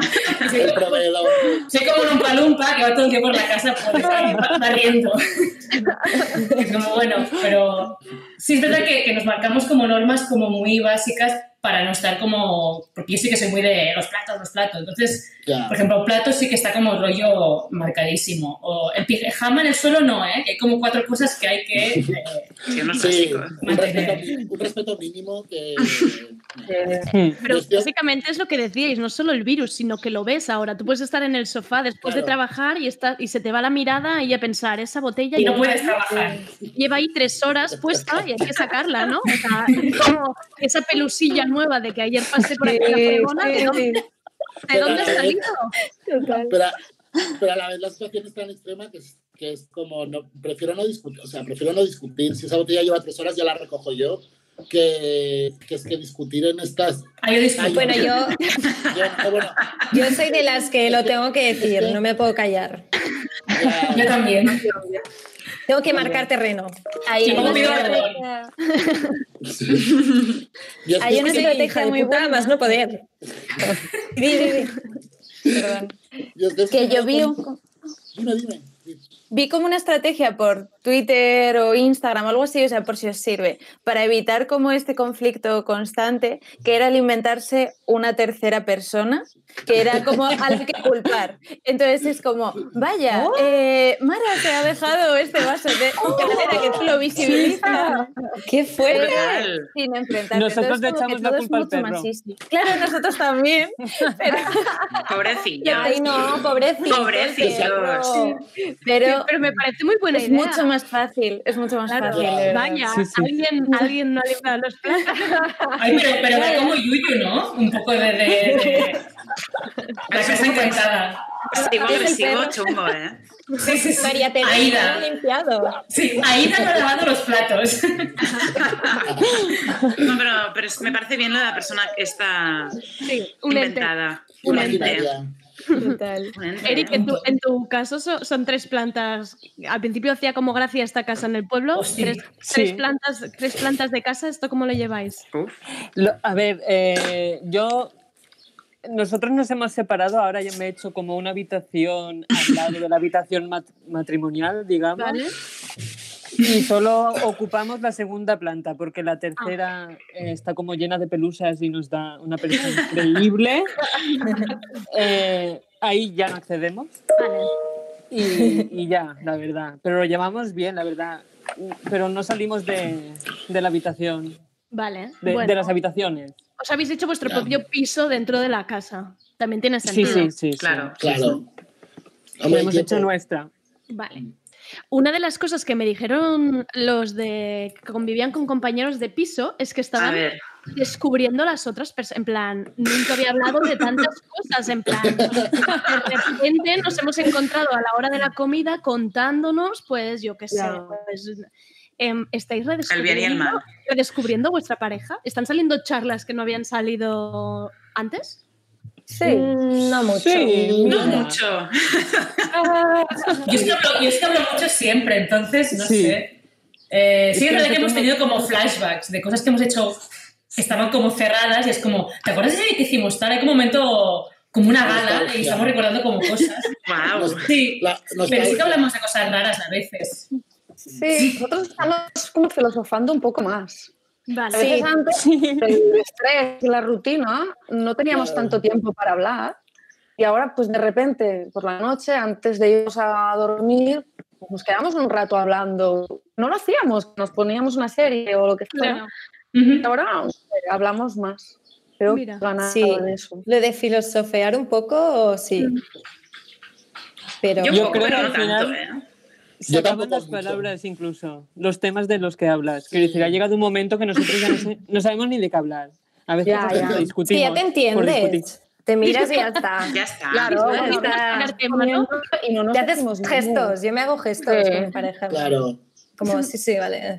Soy como un umpalumpa que va todo el tiempo por la casa barriendo. Es como, bueno, pero sí es verdad que nos marcamos como normas como muy básicas para no estar como... Porque yo sí que soy muy de los platos. Entonces, por ejemplo, platos sí que está como rollo marcadísimo. O el pijama en el suelo no, ¿eh? Hay como 4 cosas que hay que mantener. Un respeto mínimo que... Pero básicamente es lo que decíais, no solo el virus, sino que lo ves ahora. Tú puedes estar en el sofá después de trabajar y se te va la mirada y a pensar, esa botella... Y no puedes trabajar. Lleva ahí 3 horas puesta y hay que sacarla, ¿no? O sea, como esa pelusilla nueva de que ayer pasé por aquí la fregona, ¿de dónde ha salido? Pero a la vez la situación es tan extrema que es como, prefiero no discutir. Si esa botella lleva 3 horas ya la recojo yo, que es que discutir en estas... Yo soy de las que lo tengo que decir, no me puedo callar. Yo también. Tengo que marcar terreno. Hay una estrategia muy buena. Más no poder. Perdón. Que yo vi Dime. Vi como una estrategia por Twitter o Instagram o algo así, o sea, por si os sirve, para evitar como este conflicto constante, que era el inventarse una tercera persona, que era como a la que culpar. Entonces es como, vaya, Mara te ha dejado este vaso de manera que tú lo visibilizas. ¡Qué fuerte! Sin enfrentarte. Nosotros le echamos la culpa al perro. Claro, nosotros también. Pobrecillos. Ay, no, pobrecillos. Pero me parece muy buena idea. Es mucho más fácil, fácil. Vaya, alguien no ha limpiado los platos. Ay, pero da como yuyu, ¿no? Un poco de la casa encantada. Agresivo, chungo, ¿eh? Sí. María Teresa Aida. limpiado. Sí, Aida no lavando los platos. No, pero me parece bien lo de la persona que está inventada. Una idea. Total. Eric, en tu caso son 3 plantas. Al principio hacía como gracia esta casa en el pueblo. Tres plantas de casa. ¿Esto cómo lo lleváis? A ver, nosotros nos hemos separado, ahora ya me he hecho como una habitación al lado de la habitación matrimonial, digamos. ¿Vale? Y solo ocupamos la segunda planta porque la tercera está como llena de pelusas y nos da una pereza increíble. Ahí ya no accedemos. Vale. Y ya, la verdad. Pero lo llevamos bien, la verdad. Pero no salimos de la habitación. Vale. De las habitaciones. Os habéis hecho vuestro propio piso dentro de la casa. También tiene sentido. Sí. Claro. Lo hemos hecho nuestra. Vale. Una de las cosas que me dijeron los que convivían con compañeros de piso es que estaban descubriendo las otras personas. En plan, nunca había hablado de tantas cosas. En plan, de repente nos hemos encontrado a la hora de la comida contándonos, pues yo qué sé, pues, ¿estáis redescubriendo vuestra pareja? ¿Están saliendo charlas que no habían salido antes? Sí, no mucho. Sí, no mucho. Yo es que hablo mucho siempre, entonces no sé. Sí, es verdad que hemos tenido como flashbacks de cosas que hemos hecho que estaban como cerradas y es como, ¿te acuerdas de que hicimos tal? Hay como un momento, como una gala y estamos recordando como cosas. Wow. Sí, pero sí que hablamos de cosas raras a veces. Sí, nosotros estamos como filosofando un poco más. Vale. A veces antes del estrés y la rutina no teníamos tanto tiempo para hablar y ahora pues de repente por la noche antes de irnos a dormir pues, nos quedamos un rato hablando. No lo hacíamos, nos poníamos una serie o lo que fuera. Y ahora hablamos más. Pero ganar de eso. Lo de filosofear un poco, sí. Pero yo creo que no al final tanto, se acaban las palabras incluso, los temas de los que hablas. Quiero decir, ha llegado un momento que nosotros ya no sabemos ni de qué hablar. A veces discutimos. Sí, ya te entiendes. Te miras y ya está. Ya está. Claro, y no te haces gestos. Yo me hago gestos con mi pareja. Claro. Como, sí, vale.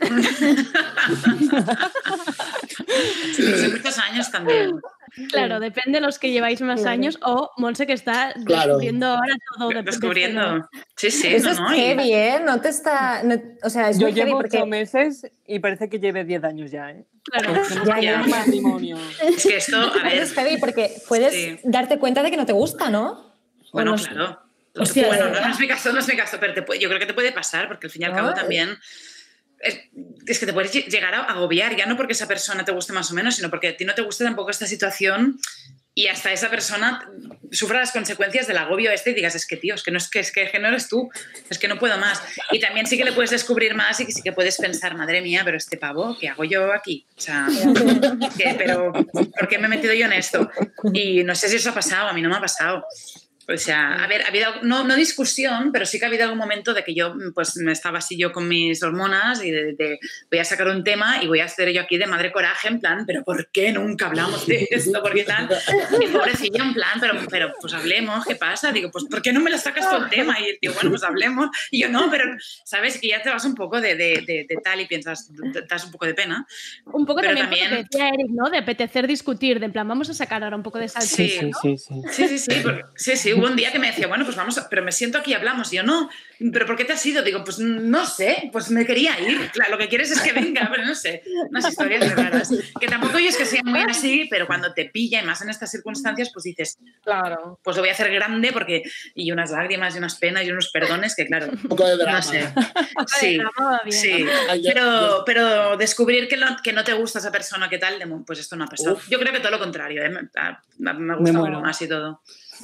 Hace muchos años también. Claro, depende de los que lleváis más años o Monse que está descubriendo ahora todo. Descubriendo. Sí. Eso es heavy, ¿eh? No te está... o sea, es yo muy heavy llevo porque... 8 meses y parece que lleve 10 años ya, ¿eh? Claro. Ya. Matrimonio. Es que esto, a ver... Es heavy porque puedes darte cuenta de que no te gusta, ¿no? Bueno, claro. Hostia, bueno, no es mi caso, pero yo creo que te puede pasar porque al fin y al cabo también... Es que te puedes llegar a agobiar, ya no porque esa persona te guste más o menos, sino porque a ti no te gusta tampoco esta situación y hasta esa persona sufra las consecuencias del agobio y digas, es que tío, es que no eres tú, es que no puedo más. Y también sí que le puedes descubrir más y sí que puedes pensar, madre mía, pero este pavo, ¿qué hago yo aquí? O sea, pero ¿por qué me he metido yo en esto? Y no sé si eso ha pasado, a mí no me ha pasado. O sea, a ver, ha habido, no discusión, pero sí que ha habido algún momento de que yo pues me estaba así yo con mis hormonas y de voy a sacar un tema y voy a hacer yo aquí de madre coraje en plan, pero ¿por qué nunca hablamos de esto? ¿Por qué tal? Y pobrecilla en plan, pero pues hablemos, ¿qué pasa? Digo, pues ¿por qué no me lo sacas todo el tema? Y el tío, bueno, pues hablemos. Y yo, no, pero ¿sabes? Que ya te vas un poco de tal y piensas, te das un poco de pena. Un poco pero también lo que decía Eric, ¿no? De apetecer discutir, de en plan, vamos a sacar ahora un poco de salsa. Sí, ¿no? Sí, hubo un día que me decía, bueno, pues vamos, pero me siento aquí y hablamos. Y yo, no, ¿pero por qué te has ido? Digo, pues no sé, pues me quería ir. Claro, lo que quieres es que venga, pero no sé. Unas historias raras. Que tampoco yo es que sea muy así, pero cuando te pilla, y más en estas circunstancias, pues dices, claro, pues lo voy a hacer grande porque... Y unas lágrimas y unas penas y unos perdones que, claro, Un poco de drama. no sé. Sí, sí. Pero descubrir que no te gusta esa persona, ¿qué tal? Pues esto no ha pasado. Yo creo que todo lo contrario, ¿eh? Me gusta más y todo.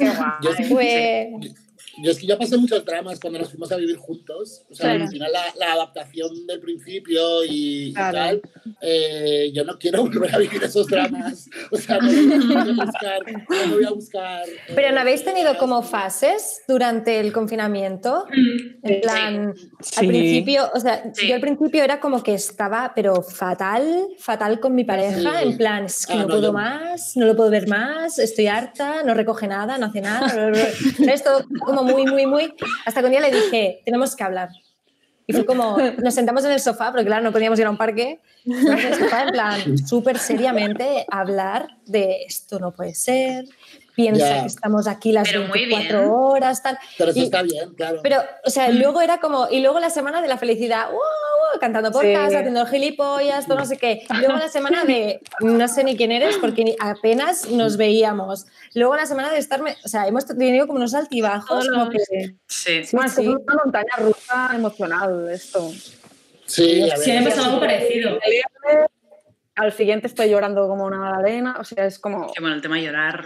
Yo es que ya pasé muchos dramas cuando nos fuimos a vivir juntos. O sea, al final la adaptación del principio y tal. Yo no quiero volver a vivir esos dramas. O sea, no voy a buscar. Pero ¿no habéis tenido como fases durante el confinamiento? En plan, al principio, o sea, yo al principio era como que estaba, pero fatal con mi pareja. En plan, es que no puedo más, no lo puedo ver más, estoy harta, no recoge nada, no hace nada. Esto como muy, hasta que un día le dije, tenemos que hablar. Y fue como, nos sentamos en el sofá, porque claro, no podíamos ir a un parque, en el sofá, en plan, súper seriamente, hablar de esto no puede ser, piensa que estamos aquí las 24 horas, tal. Pero eso está bien, claro. Pero, o sea, luego era como, y luego la semana de la felicidad, cantando podcast, haciendo gilipollas, todo no sé qué. Luego la semana de no sé ni quién eres porque apenas nos veíamos. Luego la semana de estarme, o sea, hemos tenido como unos altibajos. Como que, es una montaña rusa emocional esto. Sí, a ver. Sí, me pasó algo parecido. Al siguiente estoy llorando como una magdalena, o sea, es como... Qué bueno, el tema de llorar...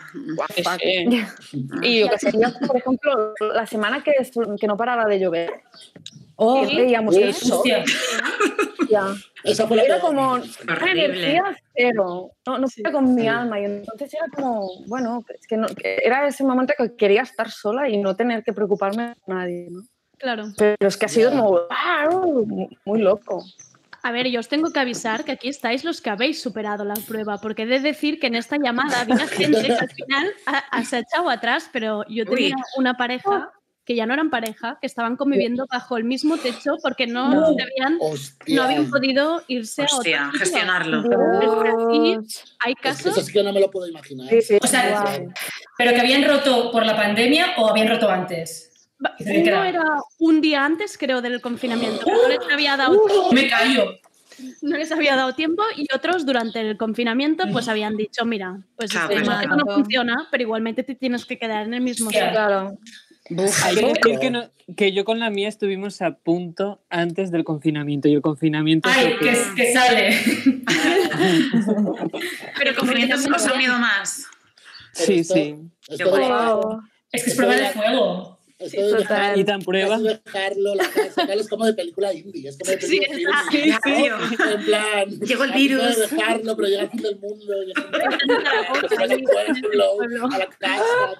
Y yo que sé, por ejemplo, la semana que no paraba de llover, y veíamos eso. Esa fue la era como energía cero, no podía con mi alma, y entonces era como, bueno, es que, que era ese momento que quería estar sola y no tener que preocuparme de nadie, ¿no? Claro. Pero es que ha sido como muy loco. A ver, yo os tengo que avisar que aquí estáis los que habéis superado la prueba, porque he de decir que en esta llamada había gente que al final se ha echado atrás, pero yo tenía una pareja que ya no eran pareja, que estaban conviviendo bajo el mismo techo porque no habían podido irse a otro sitio. Gestionarlo. Y hay casos... Eso sí que no me lo puedo imaginar. O sea, ¿pero que habían roto por la pandemia o habían roto antes? Uno era un día antes, creo, del confinamiento, pero no les había dado tiempo. Me callo. No les había dado tiempo y otros durante el confinamiento pues habían dicho, mira, pues esto no funciona, pero igualmente te tienes que quedar en el mismo sitio. Claro. Hay que decir que yo con la mía estuvimos a punto antes del confinamiento y el confinamiento... ¡Ay, que sale! Pero el confinamiento os ha unido más. Sí. Es que es prueba de fuego. Y tan prueba. Dejarlo, la casa, es como de película indie, es como de película indie. En plan, llegó el virus. Dejarlo, pero llega al fin del mundo. Al pueblo, a la casa,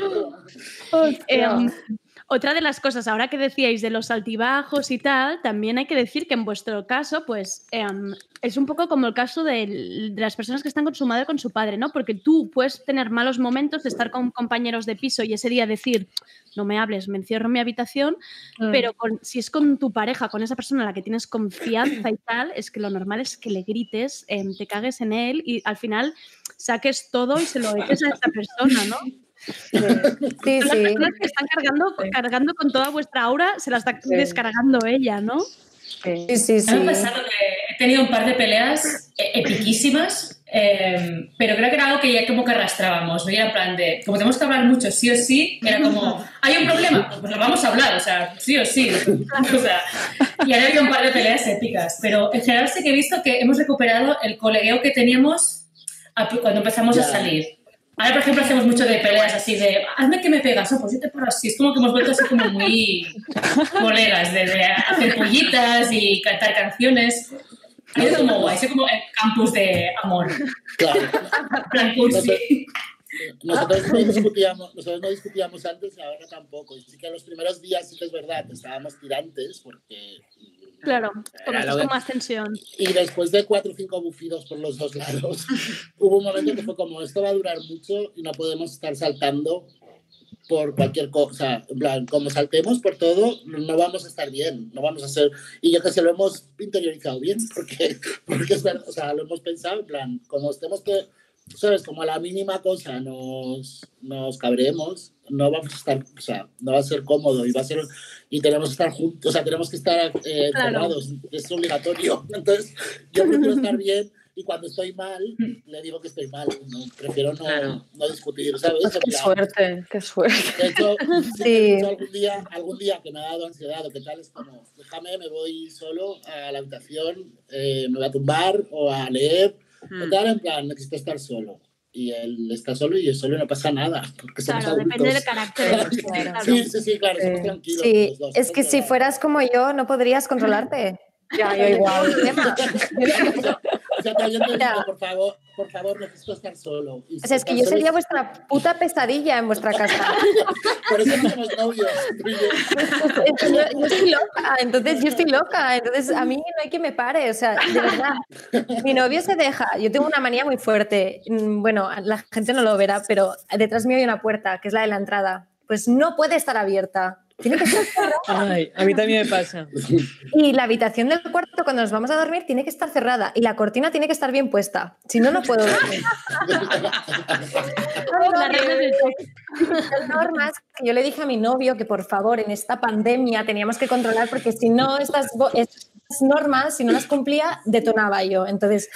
tal. Otra de las cosas, ahora que decíais de los altibajos y tal, también hay que decir que en vuestro caso, pues es un poco como el caso de las personas que están con su madre o con su padre, ¿no? Porque tú puedes tener malos momentos de estar con compañeros de piso y ese día decir, no me hables, me encierro en mi habitación, pero si es con tu pareja, con esa persona a la que tienes confianza y tal, es que lo normal es que le grites, te cagues en él y al final saques todo y se lo eches a esa persona, ¿no? Sí. Las personas que están cargando con toda vuestra aura, se la está descargando ella, ¿no? Sí. Me ha pasado que he tenido un par de peleas epiquísimas, pero creo que era algo que ya como que arrastrábamos, ¿no? Y era en plan de, como tenemos que hablar mucho sí o sí, era como, ¿hay un problema? Pues lo vamos a hablar, o sea, sí o sí. O sea, y ahora ha habido un par de peleas épicas, pero en general sí que he visto que hemos recuperado el colegueo que teníamos cuando empezamos a salir. Ahora, por ejemplo, hacemos mucho de peleas así de hazme que me pegas, pues yo te paro así. Es como que hemos vuelto así como muy colegas, de hacer pollitas y cantar canciones. Ha sido como guay, es como el campus de amor. Claro. Cursi. Nosotros no discutíamos antes y ahora tampoco. Y sí que en los primeros días sí que es verdad, estábamos tirantes porque... Claro, con más tensión. Y después de 4 o 5 bufidos por los dos lados, hubo un momento que fue como, esto va a durar mucho y no podemos estar saltando por cualquier cosa. En plan, como saltemos por todo, no vamos a estar bien, no vamos a ser... Y yo que sé, lo hemos interiorizado bien, porque o sea, lo hemos pensado, en plan, como estemos... ¿Sabes? Como a la mínima cosa nos cabremos, no vamos a estar, o sea, no va a ser cómodo y tenemos que estar juntos, o sea, tenemos que estar encerrados, es obligatorio. Entonces, yo prefiero estar bien y cuando estoy mal, le digo que estoy mal. Prefiero no discutir, ¿sabes? Qué suerte, qué suerte. De hecho, sí. Algún día que me ha dado ansiedad o qué tal, es como, déjame, me voy solo a la habitación, me voy a tumbar o a leer, o tal, en plan, necesito estar solo. Y él está solo y yo solo, no pasa nada. Porque claro, depende del carácter. Sí, claro, somos tranquilos. Sí, los dos, es que si fueras como yo, no podrías controlarte. Ya, yo igual. O sea, también te digo, por favor, necesito estar solo. O sea, es que yo sería vuestra puta pesadilla en vuestra casa. Por eso no somos novios. Yo estoy loca, entonces a mí no hay que me pare, o sea, de verdad. Mi novio se deja, yo tengo una manía muy fuerte, bueno, la gente no lo verá, pero detrás mío hay una puerta, que es la de la entrada, pues no puede estar abierta. Tiene que estar cerrada. Ay, a mí también me pasa. Y la habitación del cuarto, cuando nos vamos a dormir, tiene que estar cerrada. Y la cortina tiene que estar bien puesta. Si no, no puedo dormir. Las normas que yo le dije a mi novio que, por favor, en esta pandemia teníamos que controlar, porque si no, estas normas, si no las cumplía, detonaba yo. Entonces,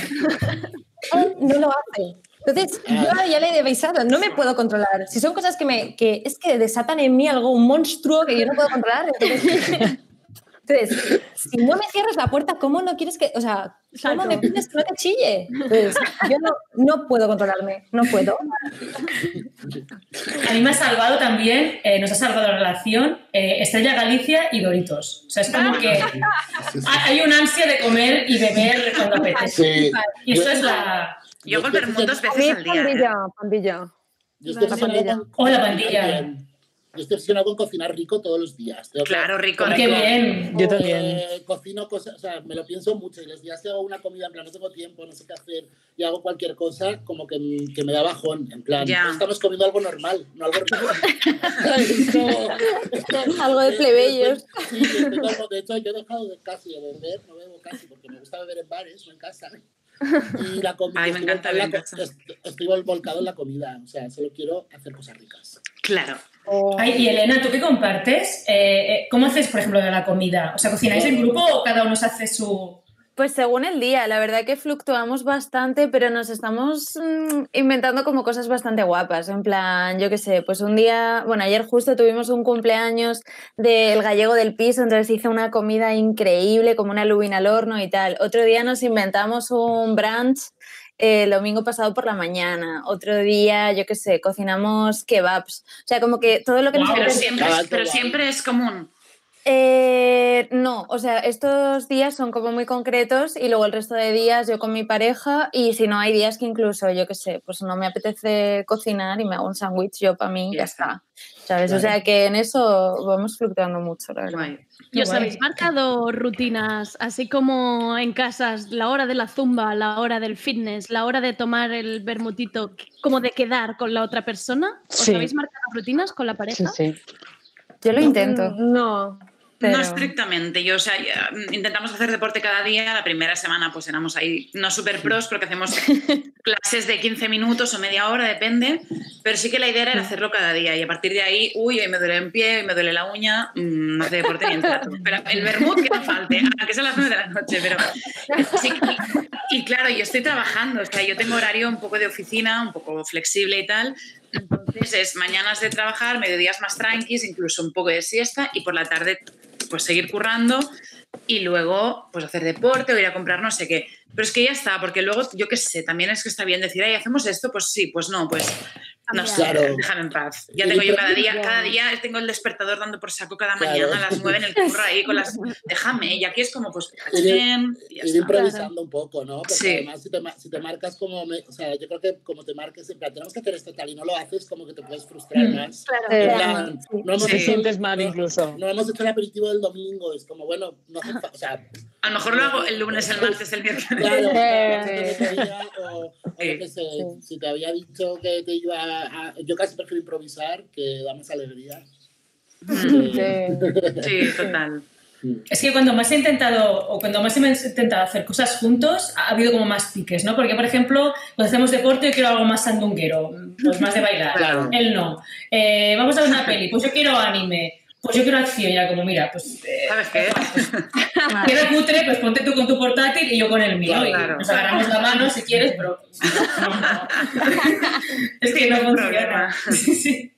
él no lo hace. Entonces, yo ya le he avisado, no me puedo controlar. Si son cosas que es que desatan en mí algo, un monstruo que yo no puedo controlar, entonces, si no me cierras la puerta, ¿cómo no quieres que, o sea, cómo me pides que no te chille? Entonces, yo no puedo controlarme, no puedo. A mí me ha salvado también, nos ha salvado la relación, Estrella Galicia y Doritos. O sea, es como que hay un ansia de comer y beber cuando apetece. Sí. Y eso es la... Yo con vermut 2 veces al día. Pandilla. Yo estoy Hola, pandilla. Yo estoy obsesionado con cocinar rico todos los días. Claro, rico. ¡Qué bien! Yo también. Cocino cosas, o sea, me lo pienso mucho y los días que hago una comida, en plan, no tengo tiempo, no sé qué hacer y hago cualquier cosa, como que me da bajón, en plan, estamos comiendo algo normal, no algo rico. Algo de plebeyos. Sí, de hecho, yo he dejado de casi de beber, no bebo casi, porque me gusta beber en bares, no en casa. Y la comida, me encanta estoy volcado en la comida, o sea, solo quiero hacer cosas ricas. Claro. Ay, y Elena, ¿tú qué compartes? ¿Cómo haces, por ejemplo, de la comida? O sea, ¿cocináis en grupo o cada uno se hace su...? Pues según el día, la verdad que fluctuamos bastante, pero nos estamos inventando como cosas bastante guapas, en plan, yo qué sé, pues un día, bueno, ayer justo tuvimos un cumpleaños del gallego del piso, entonces hice una comida increíble, como una lubina al horno y tal. Otro día nos inventamos un brunch el domingo pasado por la mañana. Otro día, yo qué sé, cocinamos kebabs. O sea, como que todo lo que nos... Pero siempre es común. No, o sea, estos días son como muy concretos y luego el resto de días yo con mi pareja y si no hay días que incluso, yo qué sé, pues no me apetece cocinar y me hago un sándwich yo para mí y ya está, ¿sabes? Claro. O sea que en eso vamos fluctuando mucho, la verdad. ¿Y os habéis marcado rutinas, así como en casas, la hora de la zumba, la hora del fitness, la hora de tomar el vermutito, como de quedar con la otra persona? ¿Os habéis marcado rutinas con la pareja? Sí. Yo lo intento. No. Pero... No estrictamente. Yo, o sea, intentamos hacer deporte cada día. La primera semana pues éramos ahí, no súper pros, porque hacemos clases de 15 minutos o media hora, depende. Pero sí que la idea era hacerlo cada día. Y a partir de ahí, hoy me duele el pie, hoy me duele la uña, no hace deporte ni entrar. Pero el vermut que no falte, aunque sea a las 9 de la noche. Pero sí, y claro, yo estoy trabajando. O sea, yo tengo horario un poco de oficina, un poco flexible y tal. Entonces es mañanas de trabajar, mediodías más tranquis, incluso un poco de siesta y por la tarde pues seguir currando y luego pues hacer deporte o ir a comprar no sé qué. Pero es que ya está, porque luego yo qué sé, también es que está bien decir, ay, ¿hacemos esto? Pues sí, pues no, pues no sé, déjame en paz. Ya tengo yo cada día tengo el despertador dando por saco cada mañana a las 9 en el curro ahí con las... Déjame, y aquí es como pues... Ir improvisando un poco, ¿no? Porque además si te marcas como... o sea, yo creo que como te marques, en plan, tenemos que hacer esto tal y no lo haces, como que te puedes frustrar más. Claro. Te sientes mal incluso. No hemos hecho el aperitivo del domingo, es como, bueno, no hace falta, o sea... A lo mejor lo hago el lunes, el martes, el miércoles. Claro, o yo qué sé, si te había dicho que te iba a... Yo casi prefiero improvisar, que da más alegría. Sí, total. Es que cuando más he intentado hacer cosas juntos, ha habido como más piques, ¿no? Porque, por ejemplo, cuando hacemos deporte yo quiero algo más sandunguero, pues más de bailar. Claro. Él no. Vamos a ver una peli, pues yo quiero anime, pues yo quiero acción. Ya como, mira, pues... ¿Sabes qué? Quiero cutre, pues ponte tú con tu portátil y yo con el mío. Claro. Y nos agarramos la mano si quieres, pero... No. Es que no funciona. Sí.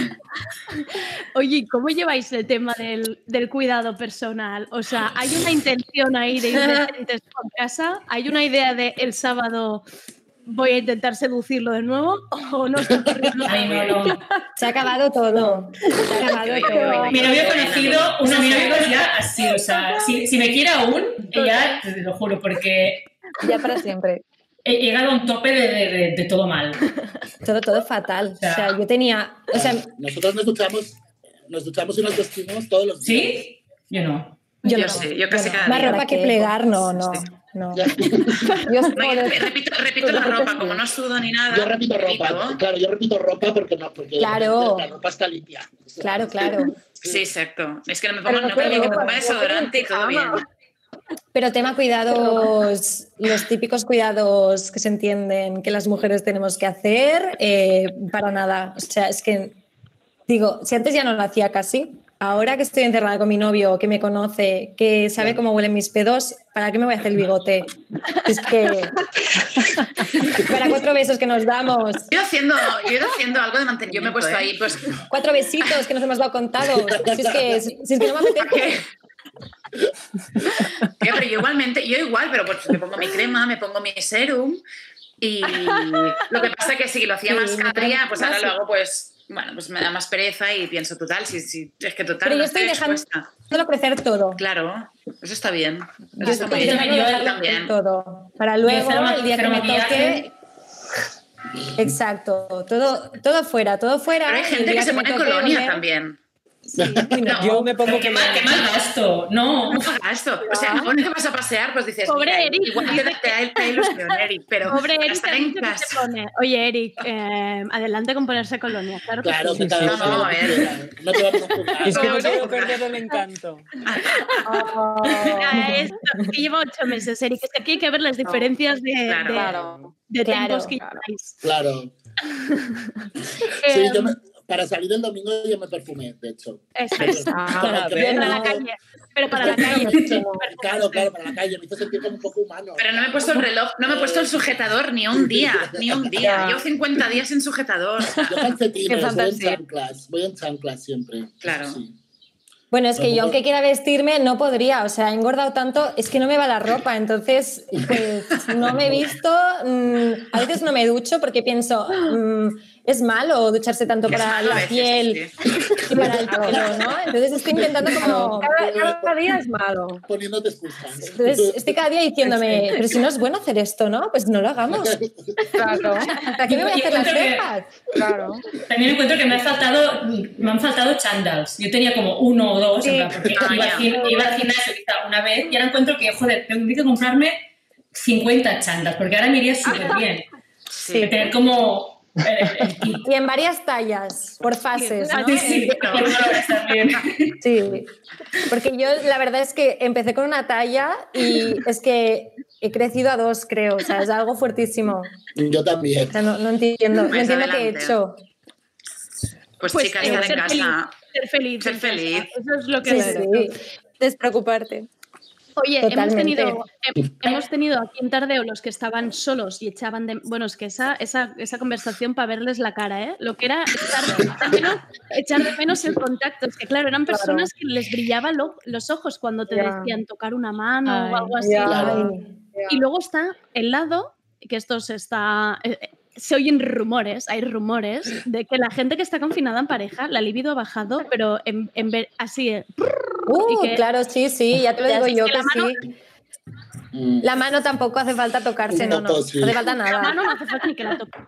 Oye, ¿cómo lleváis el tema del cuidado personal? O sea, ¿hay una intención ahí de ir decentes por casa? ¿Hay una idea de el sábado voy a intentar seducirlo de nuevo? ¿O no está ocurriendo? Ay, no. Se ha acabado todo. Mi novio ha conocido una novia ya así, o sea, si me quiere aún, ella, te lo juro, porque... Ya para siempre. He llegado a un tope de todo mal. Todo fatal. O sea, yo tenía... O sea, nosotros nos duchamos y nos vestimos todos los días. ¿Sí? Yo no. Yo sí, yo casi cada día. Más ropa que plegar, no. Repito la ropa, como no sudo ni nada. Yo repito ropa, claro, yo repito ropa porque claro. La ropa está limpia. Claro. Sí, exacto. Es que no me pongo desodorante y todo bien. Pero tema cuidados, los típicos cuidados que se entienden que las mujeres tenemos que hacer, para nada. O sea, es que, digo, si antes ya no lo hacía casi, ahora que estoy encerrada con mi novio, que me conoce, que sabe cómo huelen mis pedos, ¿para qué me voy a hacer el bigote? Es que... para 4 besos que nos damos. Yo he ido haciendo algo de mantenimiento. Yo me he puesto ahí, pues... 4 besitos que nos hemos dado contados. Si es que no me apetece... Pero yo igual, pero pues me pongo mi crema, me pongo mi serum y lo que pasa es que si lo hacía más cada día, pues ahora lo hago pues, bueno, pues me da más pereza y pienso total, si es que total. Pero yo estoy dejándolo crecer todo. Claro, eso está bien. Yo estoy dejándolo también todo. Para luego, el día que me toque... Exacto, todo fuera. Pero hay gente que se pone colonia también. Sí. No, yo me pongo qué mal gasto. No gasto. O sea, cuando te vas a pasear, pues dices, pobre mira, Eric. Igual te ilusión, Eric, pero pobre Eric estar en casa. Oye, Eric, adelante con ponerse colonia. Claro que sí. No, a ver. No te vamos a juzgar. Es que no quiero perder el encanto. Que lleva 8 meses, Eric. Es que aquí hay que ver las diferencias de tiempos que lleváis. Claro. Sí, para salir el domingo yo me perfumé, de hecho. Exacto. Pero para la calle. Claro, para la calle. Me hizo sentir como un poco humano. Pero no me he puesto el reloj, no me he puesto el sujetador ni un día. Llevo 50 días sin sujetador. Yo calcetines, voy en chanclas siempre. Claro. Sí. Bueno, es que yo aunque quiera vestirme no podría, o sea, he engordado tanto, es que no me va la ropa, entonces pues no me he visto, a veces no me ducho porque pienso, es malo ducharse tanto para la piel y para el pelo, ¿no? Entonces estoy intentando como... Cada día es malo. Poniéndote excusas. Entonces estoy cada día diciéndome, pero si no es bueno hacer esto, ¿no? Pues no lo hagamos. Claro. ¿Para qué me voy a hacer las cejas? Claro. También encuentro que me han faltado chándals. Yo tenía como 1 o 2, porque iba al gimnasio una vez y ahora encuentro que, joder, tengo que comprarme 50 chándals, porque ahora me iría súper bien. Sí. De tener como... Y en varias tallas, por fases, ¿no? Sí, también. Sí, porque yo la verdad es que empecé con una talla y es que he crecido a 2, creo, o sea, es algo fuertísimo. Yo también. O sea, no entiendo qué he hecho. Pues chicas, estar en casa. Ser feliz. Eso es lo que sí. Despreocuparte. Oye, hemos tenido aquí en Tardeo los que estaban solos y echaban de... Bueno, es que esa conversación para verles la cara, ¿eh? Lo que era echar de menos el contacto. Es que, claro, eran personas que les brillaban los ojos cuando te decían tocar una mano o algo así. Y luego está el lado, que esto se oyen rumores, hay rumores de que la gente que está confinada en pareja, la libido ha bajado, pero en ver así... claro, sí, ya te lo digo yo que sí. La mano tampoco hace falta tocarse, no hace falta nada. La mano no hace falta ni que la toque.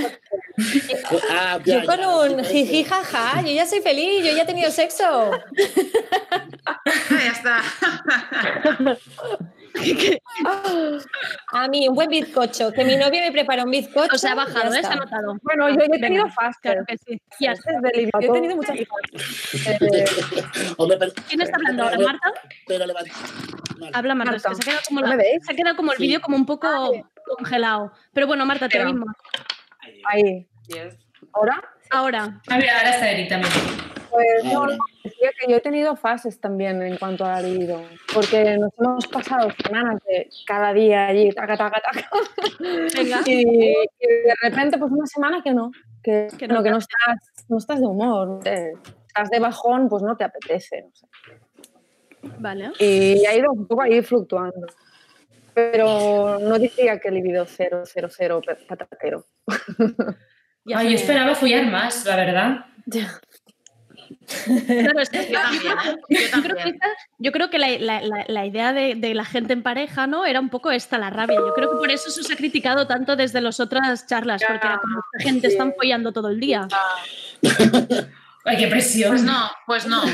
Yo con un jiji jaja, yo ya soy feliz, yo ya he tenido sexo. Ya está. A mí, un buen bizcocho. Que mi novio me prepara un bizcocho. O sea, ha bajado, se ha notado. Bueno, yo he tenido fases. Claro que sí. Y fases de libido. Yo he tenido muchas fases. ¿Quién está hablando ahora, Marta? Habla Marta, es que se ha quedado como el vídeo como un poco congelado. Pero bueno, Marta, te mismo. Ahí. ¿Ahora? Ahora. A ver, ahora está Eric también. Pues no, decía que yo he tenido fases también en cuanto a libido, porque nos hemos pasado semanas de cada día allí, taca. Venga. Y de repente, pues una semana que no estás de humor, estás de bajón, pues no te apetece. No sé. Vale. Y ha ido un poco ahí fluctuando. Pero no diría que libido 0, patatero. Ay, yo esperaba follar más, la verdad. Claro, es que yo creo que la idea de la gente en pareja, ¿no? Era un poco esta, la rabia. Yo creo que por eso se ha criticado tanto desde las otras charlas, porque era como esta gente están follando todo el día. Ay, qué presión. Pues no.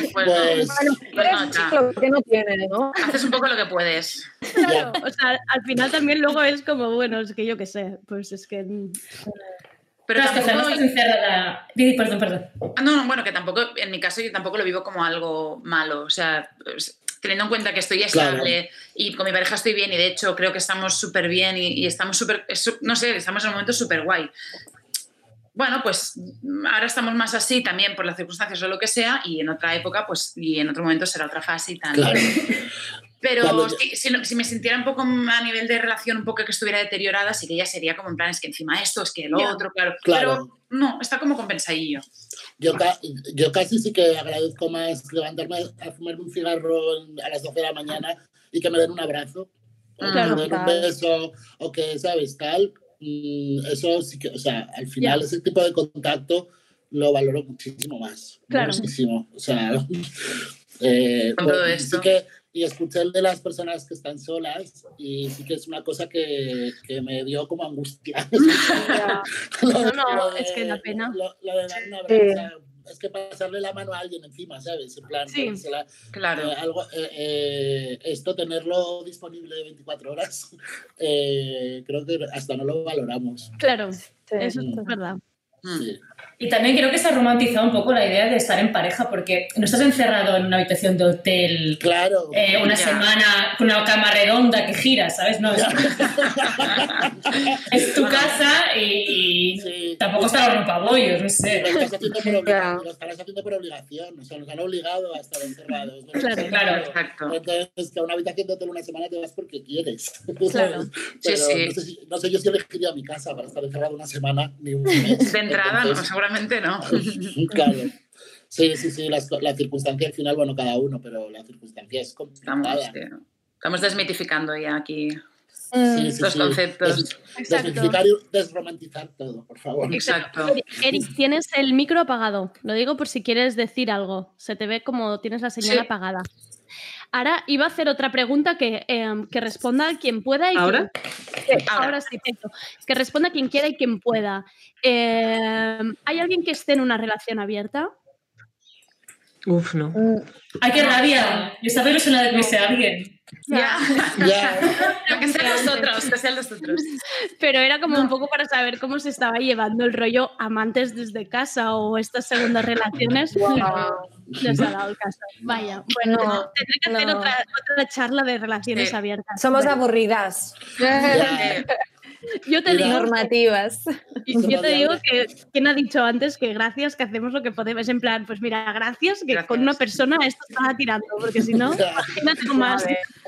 Lo que no tiene, ¿no? Haces un poco lo que puedes. Claro, o sea, al final también luego es como, bueno, es que yo qué sé, pues es que... Pero es que no estás encerrada. Perdón. No, bueno, que tampoco, en mi caso, yo tampoco lo vivo como algo malo. O sea, teniendo en cuenta que estoy estable y con mi pareja estoy bien y de hecho creo que estamos súper bien y estamos súper, no sé, estamos en un momento súper guay. Bueno, pues ahora estamos más así también por las circunstancias o lo que sea y en otra época, pues, y en otro momento será otra fase y tal. Claro. Pero si me sintiera un poco a nivel de relación un poco que estuviera deteriorada, sí que ya sería como en plan, es que encima esto, es que el otro, claro. Pero no, está como compensadillo. Yo casi sí que agradezco más levantarme a fumarme un cigarro a las 12 de la mañana y que me den un abrazo, o que me den un beso, o que, ¿sabes? Tal. Eso sí que, o sea, al final ese tipo de contacto lo valoro muchísimo más. Claro. Muchísimo. O sea, con todo esto. Sí que, y escuché el de las personas que están solas y sí que es una cosa que me dio como angustia. Es que da pena. Lo de dar una abrazo, es que pasarle la mano a alguien encima, ¿sabes? En plan, claro. Esto tenerlo disponible 24 horas, creo que hasta no lo valoramos. Claro, eso es verdad. Sí. Y también creo que se ha romantizado un poco la idea de estar en pareja, porque no estás encerrado en una habitación de hotel una semana con una cama redonda que gira, ¿sabes? No, es tu casa y tampoco está los rompabollos, no sé. Lo estarás haciendo por obligación, o sea, nos han obligado a estar encerrados. ¿No? Claro, exacto. Entonces, que a una habitación de hotel una semana te vas porque quieres. Claro. Pero no sé yo si elegiría mi casa para estar encerrado una semana ni un mes. De entrada, entonces, no, seguramente no. Claro. Sí, la circunstancia al final, bueno, cada uno, pero la circunstancia es complicada. Estamos desmitificando ya aquí los conceptos. Desmitificar y desromantizar todo, por favor. Exacto. Eric, tienes el micro apagado. Lo digo por si quieres decir algo. Se te ve como tienes la señal apagada. Ahora iba a hacer otra pregunta que responda quien pueda. ¿Ahora? Ahora sí, perfecto. Que responda quien quiera y quien pueda. ¿Hay alguien que esté en una relación abierta? Uf, no. ¡Ay, qué rabia! Yo estaba ilusionada de que hubiese alguien. Ya. Que sean nosotros. Pero era como un poco para saber cómo se estaba llevando el rollo amantes desde casa o estas segundas relaciones. No se ha dado el caso. Vaya, bueno, tendré que hacer otra charla de relaciones abiertas. Somos aburridas. Yo te digo normativas. Yo te digo que quien ha dicho antes que gracias, que hacemos lo que podemos. En plan, pues mira, gracias que con una persona esto estaba tirando, porque si no, imagínate con más.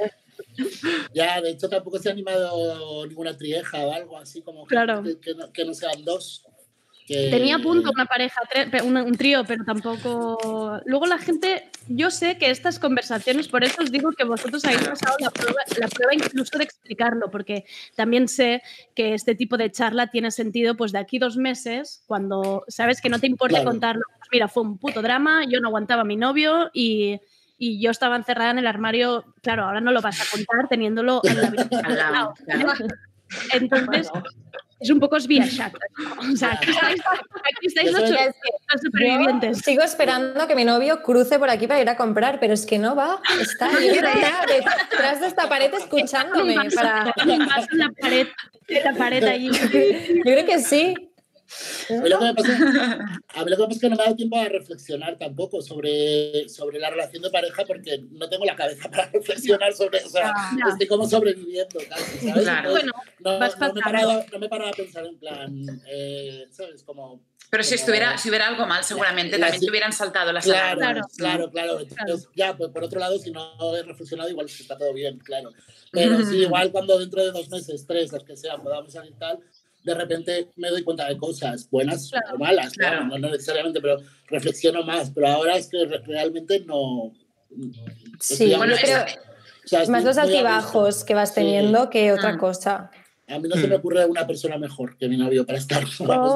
Ya, de hecho tampoco se ha animado ninguna trieja o algo así como que no sean dos. Tenía a punto una pareja, un trío, pero tampoco... Luego la gente... Yo sé que estas conversaciones, por eso os digo que vosotros habéis pasado la prueba incluso de explicarlo, porque también sé que este tipo de charla tiene sentido pues de aquí 2 meses, cuando sabes que no te importa contarlo. Pues mira, fue un puto drama, yo no aguantaba a mi novio y yo estaba encerrada en el armario. Claro, ahora no lo vas a contar teniendo en la habitación al lado. Entonces... es un poco esbiaixat. O sea, aquí estáis los supervivientes. Sigo esperando que mi novio cruce por aquí para ir a comprar, pero es que no va. Está detrás de esta pared escuchándome. Vas en la pared allí. Yo creo que sí. A mí lo que me pasa es que no me ha dado tiempo a reflexionar tampoco sobre la relación de pareja, porque no tengo la cabeza para reflexionar sobre eso. O sea, estoy como sobreviviendo casi, ¿sabes? Claro. Bueno, no me he parado a pensar en plan, ¿sabes? Como... Pero si hubiera algo mal, seguramente también te hubieran saltado las alarmas. Claro. Entonces, ya, pues por otro lado, si no he reflexionado, igual está todo bien, claro. Pero sí, igual cuando dentro de 2 meses, 3, las que sean, podamos salir tal, de repente me doy cuenta de cosas buenas o malas, claro, no necesariamente, pero reflexiono más. Pero ahora es que realmente no... Sí, bueno, pero es más los altibajos que vas teniendo que otra cosa. A mí no se me ocurre una persona mejor que mi novio para estar.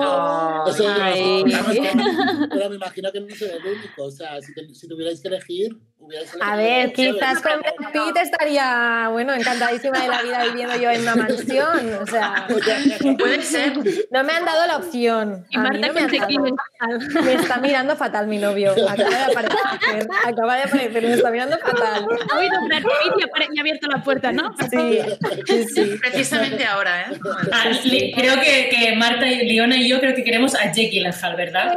Pero me imagino que no soy el único. O sea, si tuvierais que elegir, a ver, quizás con Brad Pitt estaría, bueno, encantadísima de la vida viviendo yo en una mansión. O sea, puede ser. No me han dado la opción. Y Marta me está mirando fatal mi novio. Acaba de aparecer, me está mirando fatal. Ha oído Brad Pitt y ha abierto la puerta, ¿no? Sí. Precisamente ahora, ¿eh? Creo que Marta, Leona y yo creo que queremos a Jake Gyllenhaal, ¿verdad?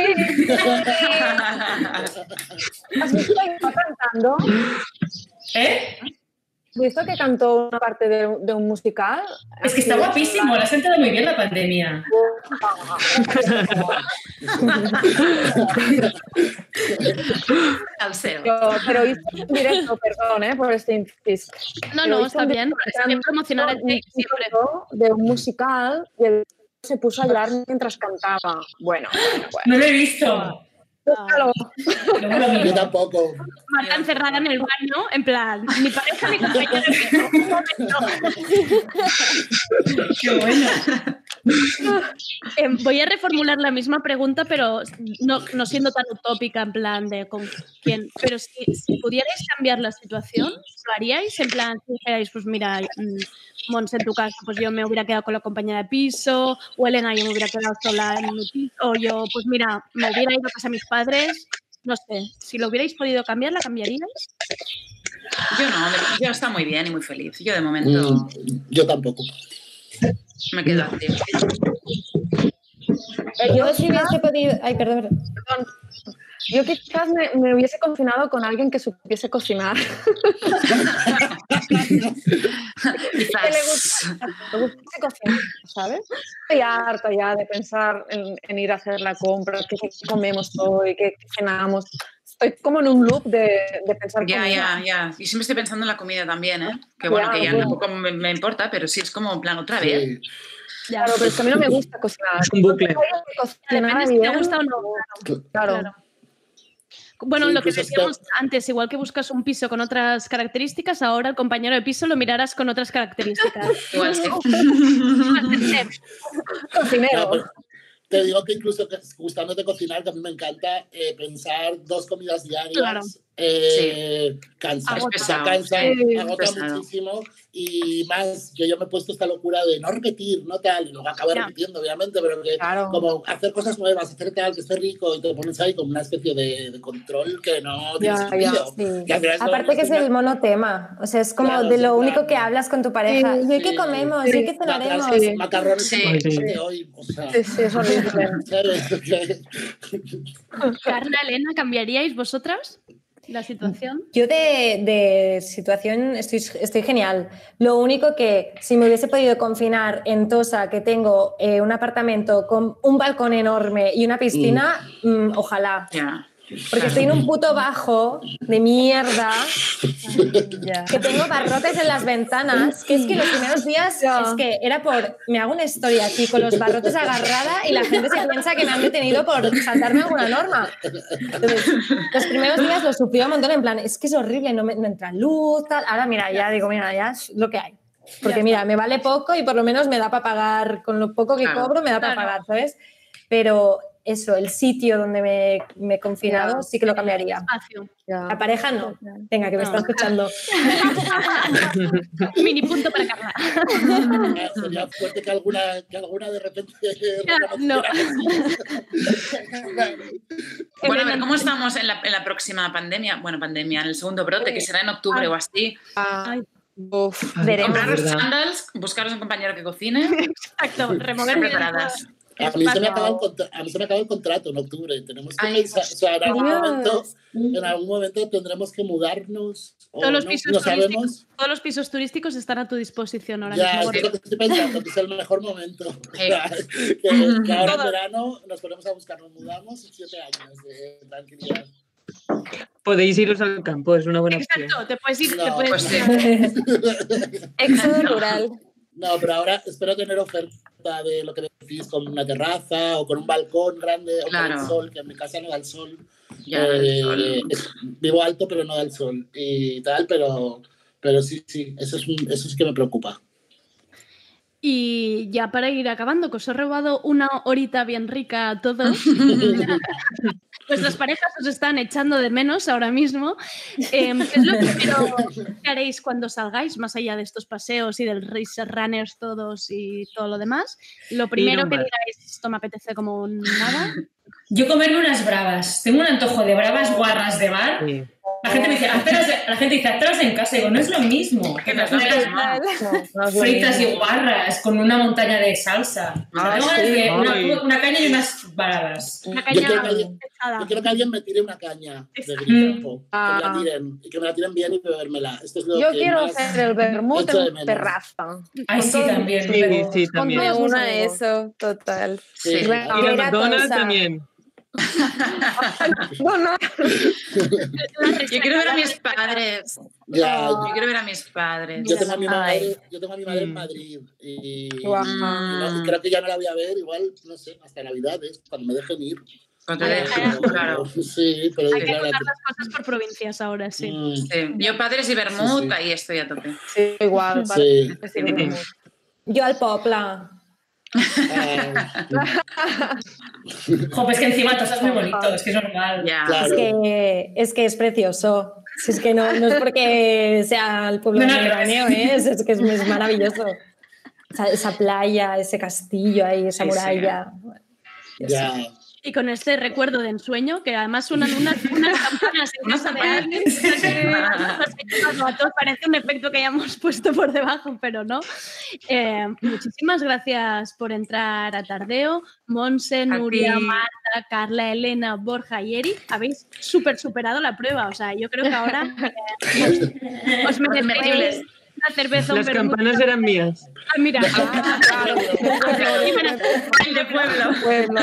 ¿Has visto que está cantando? ¿Has visto que cantó una parte de un musical? Es que está guapísimo, le ha sentado muy bien la pandemia. Pero hizo un directo, perdón, por este inciso. No, está bien promocionar el Jake siempre. De un musical y el se puso a llorar mientras cantaba. Bueno. No lo he visto. Búscalo. Yo tampoco. Marta encerrada en el baño, en plan, mi pareja, mi compañera. Qué bueno. Voy a reformular la misma pregunta, pero no siendo tan utópica, en plan de con quién. Pero si pudierais cambiar la situación, ¿lo haríais? En plan, si dijerais, pues mira, Mons, en tu caso, pues yo me hubiera quedado con la compañera de piso, o Elena, yo me hubiera quedado sola en mi piso, o yo, pues mira, me hubiera ido a casa de mis padres. No sé, si lo hubierais podido cambiar, ¿la cambiaríais? Yo está muy bien y muy feliz. Yo de momento... yo tampoco. Me quedo así. Yo si hubiese podido... Ay, perdón. Yo quizás me hubiese confinado con alguien que supiese cocinar. Quizás. Que le guste cocinar, ¿sabes? Estoy harta ya de pensar en ir a hacer la compra, qué comemos hoy, qué cenamos. Estoy como en un loop de pensar Ya. Y siempre estoy pensando en la comida también, ¿eh? Que bueno, que ya tampoco me importa, pero sí es como en plan otra vez. Sí. Claro, pero es que a mí no me gusta cocinar. Es un bucle. Depende si te gusta o no. Claro. Bueno, lo que decíamos antes, igual que buscas un piso con otras características, ahora el compañero de piso lo mirarás con otras características. Igual sí. Cocinero. Te digo que incluso gustándote cocinar, que a mí me encanta pensar 2 comidas diarias. Cansa muchísimo. Y más, yo me he puesto esta locura de no repetir, no tal, y luego acabo repitiendo, obviamente, pero que como hacer cosas nuevas, hacer tal, que esté rico, y te pones ahí como una especie de control que no tiene sentido. Aparte que es el monotema, o sea, es como de lo único que hablas con tu pareja. ¿Y hoy qué comemos? ¿Y hoy qué cenaremos? Macarrones de hoy, o sea... Sí, es horrible. Carla, Elena, ¿cambiaríais vosotras la situación? Yo de situación estoy genial. Lo único que si me hubiese podido confinar en Tosa, que tengo un apartamento con un balcón enorme y una piscina, ojalá. Porque estoy en un puto bajo de mierda, que tengo barrotes en las ventanas, que es que los primeros días es que era me hago una historia aquí con los barrotes agarrada y la gente se piensa que me han detenido por saltarme alguna norma. Entonces, los primeros días lo sufrí un montón, en plan, es que es horrible, no entra luz, tal. Ahora mira, ya es lo que hay. Porque mira, me vale poco y por lo menos me da para pagar, con lo poco que cobro me da para pagar, ¿sabes? Pero... eso, el sitio donde me he confinado, sí que lo cambiaría. La pareja no. Venga, que me está escuchando. Mini punto para Carla. Sería fuerte que alguna de repente... No. Bueno, a ver, ¿cómo estamos en la próxima pandemia? Bueno, pandemia, en el segundo brote, que será en octubre o así. Compraros sandals, buscaros un compañero que cocine. Exacto, remover preparadas. A mí se me acaba el contrato en octubre. Tenemos que pensar, o sea, en algún momento tendremos que mudarnos. Todos los pisos turísticos están a tu disposición ahora mismo. Ya, es lo que estoy pensando, que es el mejor momento. que ahora en verano nos ponemos a buscar, nos mudamos en 7 años de tranquilidad. Podéis iros al campo, es una buena opción. Exacto, te puedes ir. Éxodo rural. No, pero ahora espero tener oferta de lo que decís, con una terraza o con un balcón grande o con el sol, que en mi casa no da el sol. Vivo alto, pero no da el sol y tal, pero sí, eso es que me preocupa. Y ya para ir acabando, que os he robado una horita bien rica a todos. Vuestras parejas os están echando de menos ahora mismo. ¿Qué es lo primero que haréis cuando salgáis, más allá de estos paseos y del race runners todos y todo lo demás? Lo primero que digáis, esto me apetece como nada. Yo comerme unas bravas. Tengo un antojo de bravas guarras de bar. Sí. La gente me dice, haztelas en casa. Digo, no es lo mismo. Que las fritas y guarras con una montaña de salsa. Tengo una caña y unas bravas. Yo quiero que alguien me tire una caña de grifo, que me la tiren bien y bebérmela. Esto es lo yo que quiero más hacer el vermut en terraza. Ay, sí, también. Sí, también. Me uno a eso, total. Sí. Y el McDonald's también. Yo quiero ver a mis padres. Yo quiero ver a mis padres. Yo tengo a mi madre en Madrid y creo que ya no la voy a ver, igual, no sé, hasta Navidades, cuando me dejen ir. Claro. Sí, pero hay que contar las cosas por provincias ahora, sí. Yo padres y vermut, ahí estoy a tope. Sí, igual. Yo al Popla. Pues que encima todo es muy bonito, es que es normal. Claro. Es que es precioso. Si es que no es porque sea el pueblo mediterráneo, es que es maravilloso. Esa playa, ese castillo ahí, esa muralla. Y con este recuerdo de ensueño, que además suenan unas campanas en casa de alguien. Parece un efecto que hayamos puesto por debajo, pero no. Muchísimas gracias por entrar a Tardeo. Monse, Nuria, Marta, Carla, Elena, Borja y Eri. Habéis superado la prueba. O sea, yo creo que ahora os merecéis una cerveza. Las campanas eran mías. Mira. Claro. De pueblo.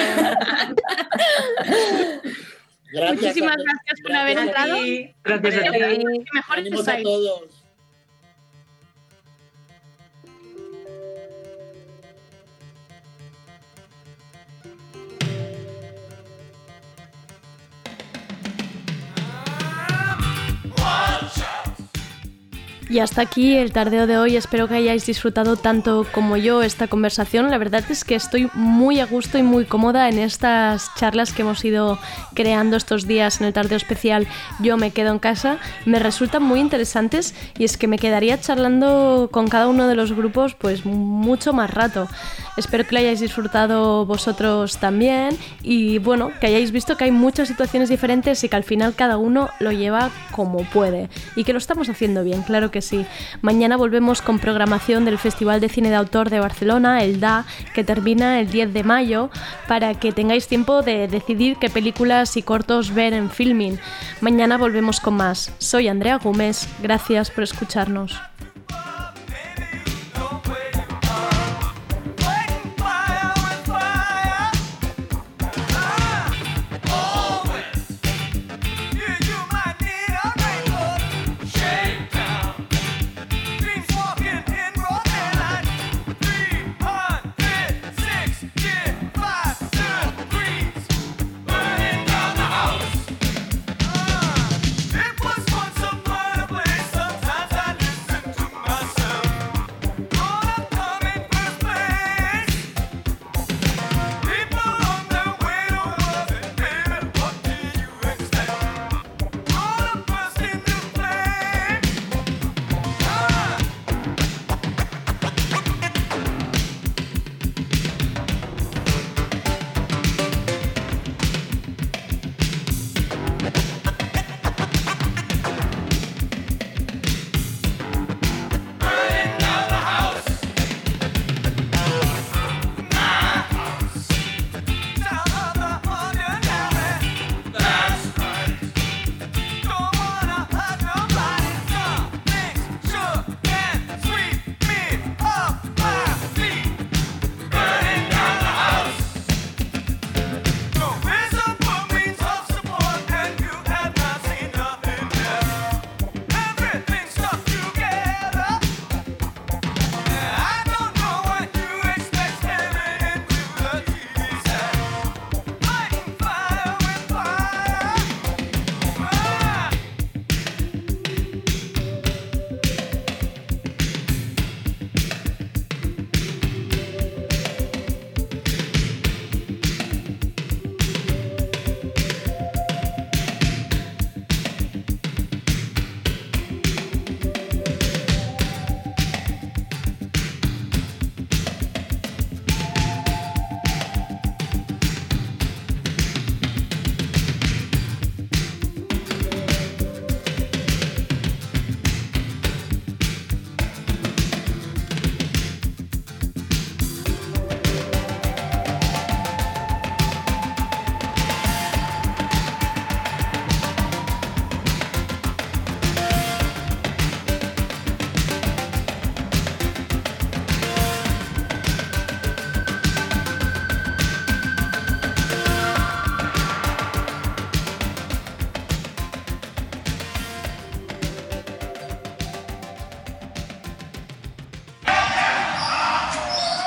Muchísimas gracias por haber entrado. Gracias a ti. Mejor ánimos a todos. Y hasta aquí el tardeo de hoy. Espero que hayáis disfrutado tanto como yo esta conversación. La verdad es que estoy muy a gusto y muy cómoda en estas charlas que hemos ido creando estos días en el tardeo especial Yo me quedo en casa. Me resultan muy interesantes y es que me quedaría charlando con cada uno de los grupos pues mucho más rato. Espero que lo hayáis disfrutado vosotros también y bueno, que hayáis visto que hay muchas situaciones diferentes y que al final cada uno lo lleva como puede y que lo estamos haciendo bien, claro que sí. Mañana volvemos con programación del Festival de Cine de Autor de Barcelona, el DA, que termina el 10 de mayo, para que tengáis tiempo de decidir qué películas y cortos ver en Filmin. Mañana volvemos con más. Soy Andrea Gómez, gracias por escucharnos.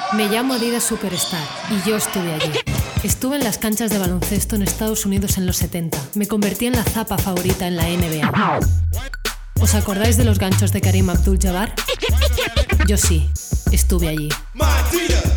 Me llamo Adidas Superstar y yo estuve allí. Estuve en las canchas de baloncesto en Estados Unidos en los 70. Me convertí en la zapa favorita en la NBA. ¿Os acordáis de los ganchos de Karim Abdul-Jabbar? Yo sí, estuve allí.